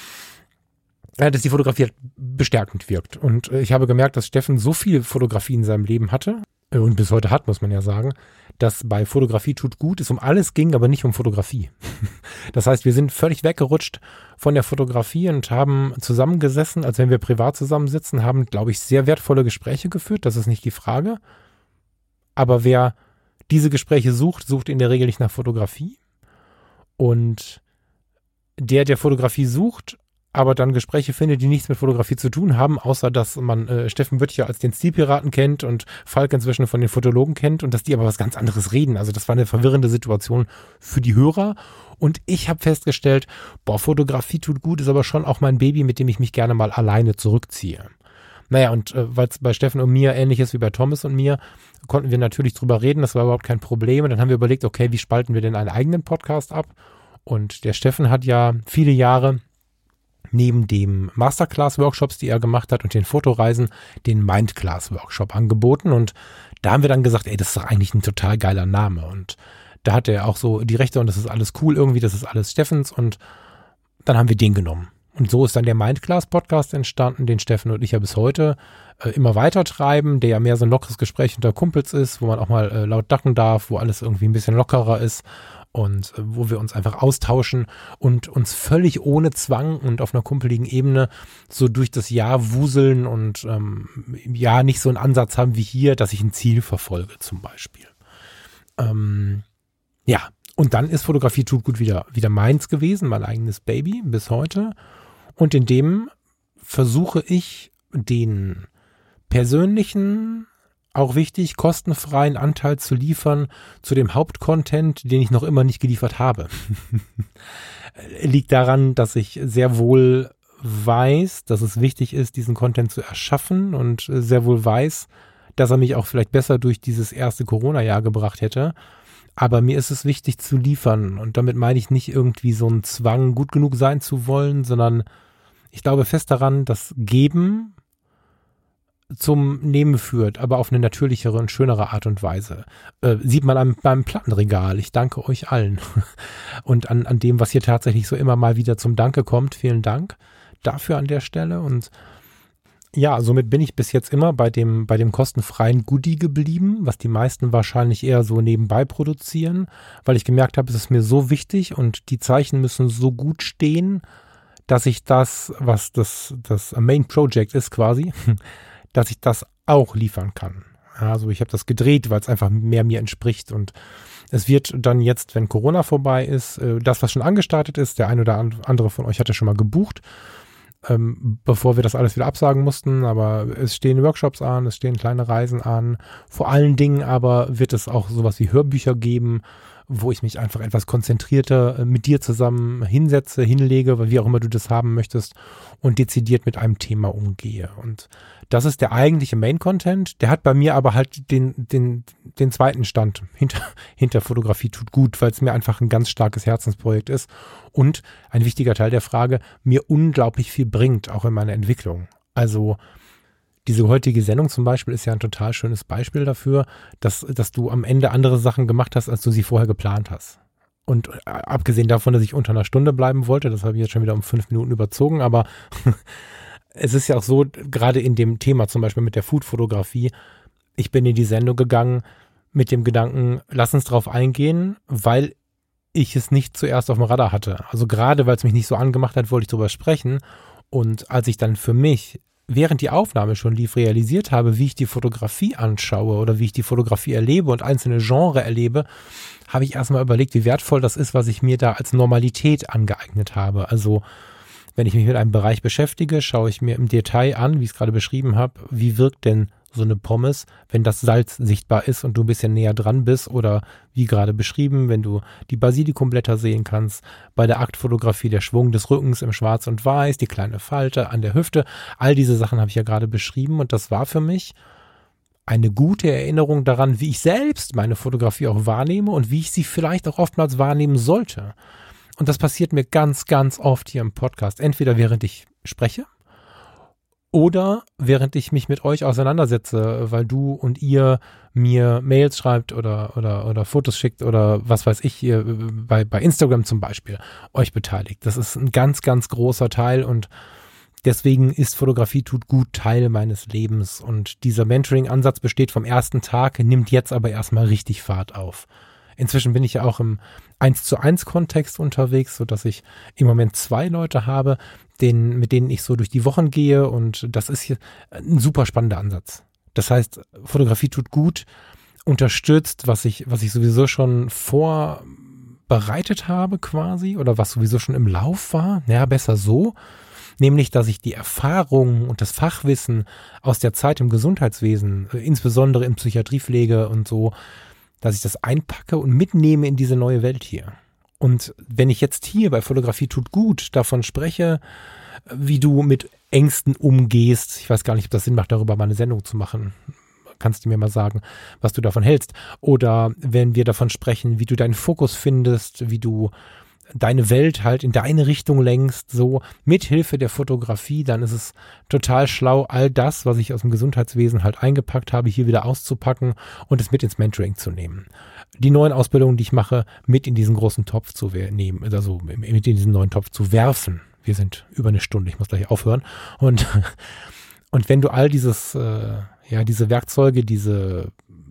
dass die Fotografie halt bestärkend wirkt. Und ich habe gemerkt, dass Steffen so viel Fotografie in seinem Leben hatte und bis heute hat, muss man ja sagen, dass bei Fotografie tut gut es um alles ging, aber nicht um Fotografie. Das heißt, wir sind völlig weggerutscht von der Fotografie und haben zusammengesessen, als wenn wir privat zusammensitzen, haben, glaube ich, sehr wertvolle Gespräche geführt, das ist nicht die Frage. Aber wer diese Gespräche sucht in der Regel nicht nach Fotografie. Und der Fotografie sucht, aber dann Gespräche findet, die nichts mit Fotografie zu tun haben, außer dass man Steffen Böttcher als den Stilpiraten kennt und Falk inzwischen von den Fotologen kennt und dass die aber was ganz anderes reden. Also das war eine verwirrende Situation für die Hörer. Und ich habe festgestellt, Fotografie tut gut, ist aber schon auch mein Baby, mit dem ich mich gerne mal alleine zurückziehe. Naja, und weil es bei Steffen und mir ähnlich ist wie bei Thomas und mir, konnten wir natürlich drüber reden, das war überhaupt kein Problem. Und dann haben wir überlegt, okay, wie spalten wir denn einen eigenen Podcast ab? Und der Steffen hat ja viele Jahre neben dem Masterclass-Workshops, die er gemacht hat, und den Fotoreisen, den Mindclass-Workshop angeboten. Und da haben wir dann gesagt, das ist doch eigentlich ein total geiler Name. Und da hat er auch so die Rechte und das ist alles cool irgendwie, das ist alles Steffens. Und dann haben wir den genommen. Und so ist dann der Mindclass-Podcast entstanden, den Steffen und ich ja bis heute immer weiter treiben, der ja mehr so ein lockeres Gespräch unter Kumpels ist, wo man auch mal laut dacken darf, wo alles irgendwie ein bisschen lockerer ist und wo wir uns einfach austauschen und uns völlig ohne Zwang und auf einer kumpeligen Ebene so durch das Jahr wuseln und nicht so einen Ansatz haben wie hier, dass ich ein Ziel verfolge zum Beispiel. Und dann ist Fotografie tut gut wieder meins gewesen, mein eigenes Baby bis heute. Und in dem versuche ich den persönlichen, auch wichtig, kostenfreien Anteil zu liefern zu dem Hauptcontent, den ich noch immer nicht geliefert habe. Liegt daran, dass ich sehr wohl weiß, dass es wichtig ist, diesen Content zu erschaffen und sehr wohl weiß, dass er mich auch vielleicht besser durch dieses erste Corona-Jahr gebracht hätte. Aber mir ist es wichtig zu liefern und damit meine ich nicht irgendwie so einen Zwang, gut genug sein zu wollen, sondern ich glaube fest daran, dass Geben zum Nehmen führt, aber auf eine natürlichere und schönere Art und Weise. Sieht man beim Plattenregal. Ich danke euch allen. Und an dem, was hier tatsächlich so immer mal wieder zum Danke kommt. Vielen Dank dafür an der Stelle. Und ja, somit bin ich bis jetzt immer bei dem kostenfreien Goodie geblieben, was die meisten wahrscheinlich eher so nebenbei produzieren, weil ich gemerkt habe, es ist mir so wichtig und die Zeichen müssen so gut stehen, dass ich das, was das Main Project ist quasi, dass ich das auch liefern kann. Also ich habe das gedreht, weil es einfach mehr mir entspricht und es wird dann jetzt, wenn Corona vorbei ist, das, was schon angestartet ist, der ein oder andere von euch hatte schon mal gebucht, bevor wir das alles wieder absagen mussten, aber es stehen Workshops an, es stehen kleine Reisen an, vor allen Dingen aber wird es auch sowas wie Hörbücher geben, wo ich mich einfach etwas konzentrierter mit dir zusammen hinsetze, hinlege, wie auch immer du das haben möchtest und dezidiert mit einem Thema umgehe. Und das ist der eigentliche Main-Content. Der hat bei mir aber halt den zweiten Stand hinter Fotografie tut gut, weil es mir einfach ein ganz starkes Herzensprojekt ist und ein wichtiger Teil der Frage mir unglaublich viel bringt, auch in meiner Entwicklung. Also diese heutige Sendung zum Beispiel ist ja ein total schönes Beispiel dafür, dass du am Ende andere Sachen gemacht hast, als du sie vorher geplant hast. Und abgesehen davon, dass ich unter einer Stunde bleiben wollte, das habe ich jetzt schon wieder um 5 Minuten überzogen, aber es ist ja auch so, gerade in dem Thema zum Beispiel mit der Food-Fotografie, ich bin in die Sendung gegangen mit dem Gedanken, lass uns drauf eingehen, weil ich es nicht zuerst auf dem Radar hatte. Also gerade, weil es mich nicht so angemacht hat, wollte ich drüber sprechen. Und als ich dann für mich während die Aufnahme schon lief, realisiert habe, wie ich die Fotografie anschaue oder wie ich die Fotografie erlebe und einzelne Genre erlebe, habe ich erstmal überlegt, wie wertvoll das ist, was ich mir da als Normalität angeeignet habe. Also wenn ich mich mit einem Bereich beschäftige, schaue ich mir im Detail an, wie ich es gerade beschrieben habe, wie wirkt denn so eine Pommes, wenn das Salz sichtbar ist und du ein bisschen näher dran bist oder wie gerade beschrieben, wenn du die Basilikumblätter sehen kannst, bei der Aktfotografie der Schwung des Rückens im Schwarz und Weiß, die kleine Falte an der Hüfte, all diese Sachen habe ich ja gerade beschrieben und das war für mich eine gute Erinnerung daran, wie ich selbst meine Fotografie auch wahrnehme und wie ich sie vielleicht auch oftmals wahrnehmen sollte. Und das passiert mir ganz, ganz oft hier im Podcast, entweder während ich spreche, oder während ich mich mit euch auseinandersetze, weil du und ihr mir Mails schreibt oder Fotos schickt oder was weiß ich hier bei Instagram zum Beispiel euch beteiligt. Das ist ein ganz, ganz großer Teil und deswegen ist Fotografie tut gut Teil meines Lebens. Und dieser Mentoring-Ansatz besteht vom ersten Tag, nimmt jetzt aber erstmal richtig Fahrt auf. Inzwischen bin ich ja auch im 1:1-Kontext unterwegs, sodass ich im Moment 2 Leute habe, mit denen ich so durch die Wochen gehe und das ist hier ein super spannender Ansatz. Das heißt, Fotografie tut gut, unterstützt, was ich sowieso schon vorbereitet habe quasi oder was sowieso schon im Lauf war. Ja, besser so. Nämlich, dass ich die Erfahrungen und das Fachwissen aus der Zeit im Gesundheitswesen, insbesondere in Psychiatriepflege und so, dass ich das einpacke und mitnehme in diese neue Welt hier. Und wenn ich jetzt hier bei Fotografie tut gut davon spreche, wie du mit Ängsten umgehst, ich weiß gar nicht, ob das Sinn macht, darüber mal eine Sendung zu machen, kannst du mir mal sagen, was du davon hältst. Oder wenn wir davon sprechen, wie du deinen Fokus findest, wie du deine Welt halt in deine Richtung lenkst, so mit Hilfe der Fotografie, dann ist es total schlau, all das, was ich aus dem Gesundheitswesen halt eingepackt habe, hier wieder auszupacken und es mit ins Mentoring zu nehmen. Die neuen Ausbildungen, die ich mache, mit in diesen großen Topf zu nehmen, also mit in diesen neuen Topf zu werfen. Wir sind über eine Stunde, ich muss gleich aufhören. Und wenn du all diese Werkzeuge, diese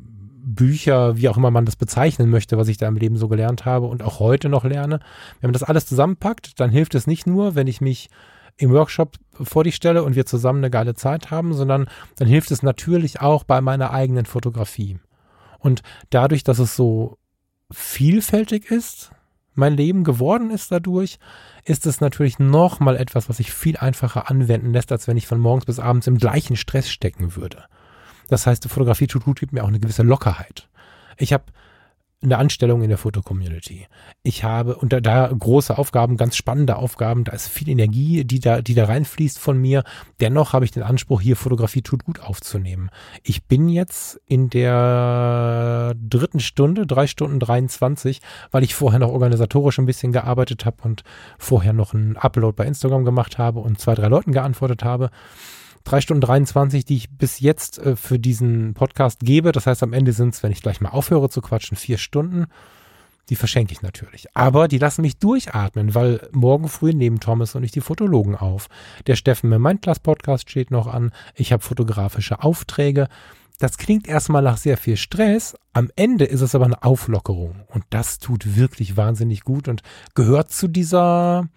Bücher, wie auch immer man das bezeichnen möchte, was ich da im Leben so gelernt habe und auch heute noch lerne. Wenn man das alles zusammenpackt, dann hilft es nicht nur, wenn ich mich im Workshop vor dich stelle und wir zusammen eine geile Zeit haben, sondern dann hilft es natürlich auch bei meiner eigenen Fotografie. Und dadurch, dass es so vielfältig ist, mein Leben geworden ist dadurch, ist es natürlich nochmal etwas, was sich viel einfacher anwenden lässt, als wenn ich von morgens bis abends im gleichen Stress stecken würde. Das heißt, die Fotografie tut gut, gibt mir auch eine gewisse Lockerheit. Ich habe eine Anstellung in der Foto-Community. Ich habe, und da große Aufgaben, ganz spannende Aufgaben, da ist viel Energie, die da reinfließt von mir. Dennoch habe ich den Anspruch, hier Fotografie tut gut aufzunehmen. Ich bin jetzt in der 3. Stunde, 3 Stunden 23, weil ich vorher noch organisatorisch ein bisschen gearbeitet habe und vorher noch einen Upload bei Instagram gemacht habe und 2, 3 Leuten geantwortet habe. 3 Stunden 23, die ich bis jetzt für diesen Podcast gebe. Das heißt, am Ende sind es, wenn ich gleich mal aufhöre zu quatschen, 4 Stunden. Die verschenke ich natürlich. Aber die lassen mich durchatmen, weil morgen früh nehmen Thomas und ich die Fotologen auf. Der Steffen mit Mindclass Podcast steht noch an. Ich habe fotografische Aufträge. Das klingt erstmal nach sehr viel Stress. Am Ende ist es aber eine Auflockerung. Und das tut wirklich wahnsinnig gut und gehört zu dieser...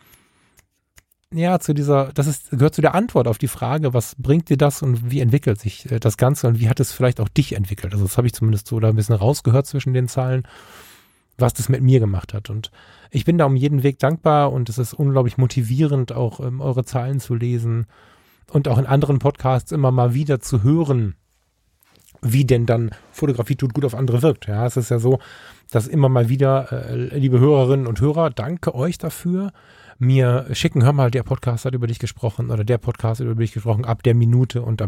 gehört zu der Antwort auf die Frage, was bringt dir das und wie entwickelt sich das Ganze und wie hat es vielleicht auch dich entwickelt? Also das habe ich zumindest so da ein bisschen rausgehört zwischen den Zeilen, was das mit mir gemacht hat. Und ich bin da um jeden Weg dankbar und es ist unglaublich motivierend, auch eure Zeilen zu lesen und auch in anderen Podcasts immer mal wieder zu hören, wie denn dann Fotografie tut gut auf andere wirkt. Ja, es ist ja so, dass immer mal wieder, liebe Hörerinnen und Hörer, danke euch dafür, mir schicken, hör mal, der Podcast hat über dich gesprochen oder der Podcast hat über dich gesprochen, ab der Minute und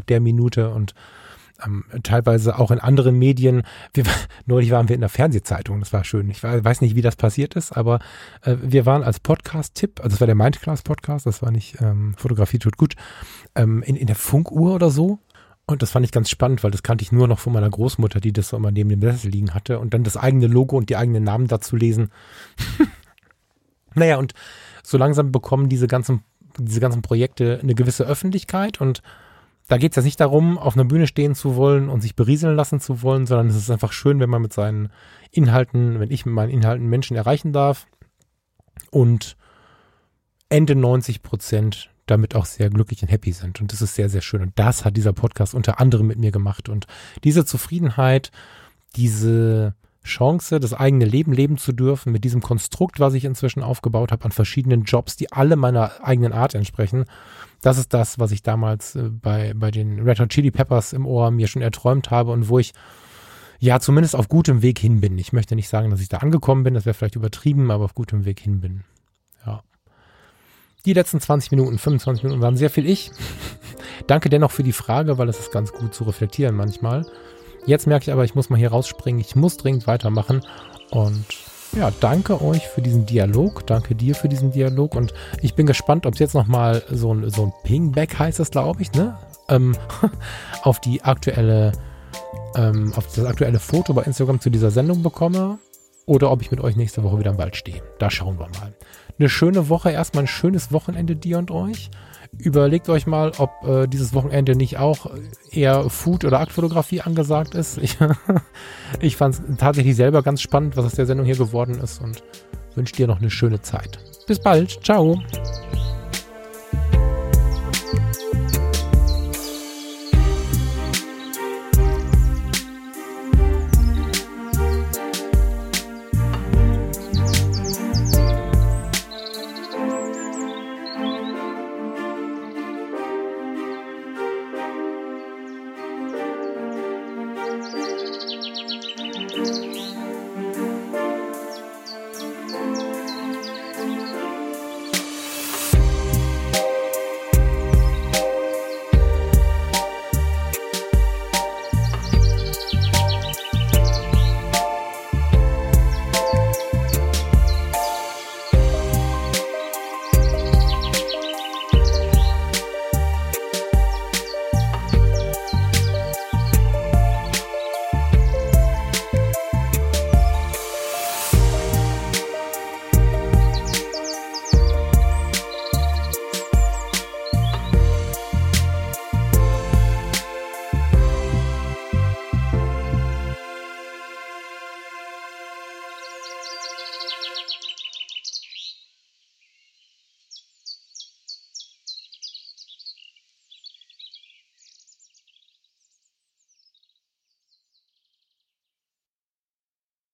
teilweise auch in anderen Medien. Neulich waren wir in der Fernsehzeitung, das war schön. Ich weiß nicht, wie das passiert ist, aber wir waren als Podcast-Tipp, also es war der Mindclass-Podcast, das war nicht Fotografie tut gut, in der Funkuhr oder so. Und das fand ich ganz spannend, weil das kannte ich nur noch von meiner Großmutter, die das so immer neben dem Sessel liegen hatte. Und dann das eigene Logo und die eigenen Namen dazu lesen. Naja, und so langsam bekommen diese ganzen Projekte eine gewisse Öffentlichkeit. Und da geht es jetzt nicht darum, auf einer Bühne stehen zu wollen und sich berieseln lassen zu wollen, sondern es ist einfach schön, wenn man mit seinen Inhalten, wenn ich mit meinen Inhalten Menschen erreichen darf. Und Ende 90% damit auch sehr glücklich und happy sind. Und das ist sehr, sehr schön. Und das hat dieser Podcast unter anderem mit mir gemacht. Und diese Zufriedenheit, diese Chance, das eigene Leben leben zu dürfen, mit diesem Konstrukt, was ich inzwischen aufgebaut habe, an verschiedenen Jobs, die alle meiner eigenen Art entsprechen, das ist das, was ich damals bei den Red Hot Chili Peppers im Ohr mir schon erträumt habe und wo ich ja zumindest auf gutem Weg hin bin. Ich möchte nicht sagen, dass ich da angekommen bin, das wäre vielleicht übertrieben, aber auf gutem Weg hin bin. Ja. Die letzten 20 Minuten, 25 Minuten waren sehr viel ich. Danke dennoch für die Frage, weil es ist ganz gut zu reflektieren manchmal. Jetzt merke ich aber, ich muss mal hier rausspringen. Ich muss dringend weitermachen. Und ja, danke euch für diesen Dialog. Danke dir für diesen Dialog. Und ich bin gespannt, ob es jetzt nochmal so ein Pingback heißt das, glaube ich, ne? Auf das aktuelle Foto bei Instagram zu dieser Sendung bekomme. Oder ob ich mit euch nächste Woche wieder im Wald stehe. Da schauen wir mal. Eine schöne Woche, erstmal ein schönes Wochenende dir und euch. Überlegt euch mal, ob dieses Wochenende nicht auch eher Food- oder Aktfotografie angesagt ist. Ich fand es tatsächlich selber ganz spannend, was aus der Sendung hier geworden ist und wünsche dir noch eine schöne Zeit. Bis bald. Ciao.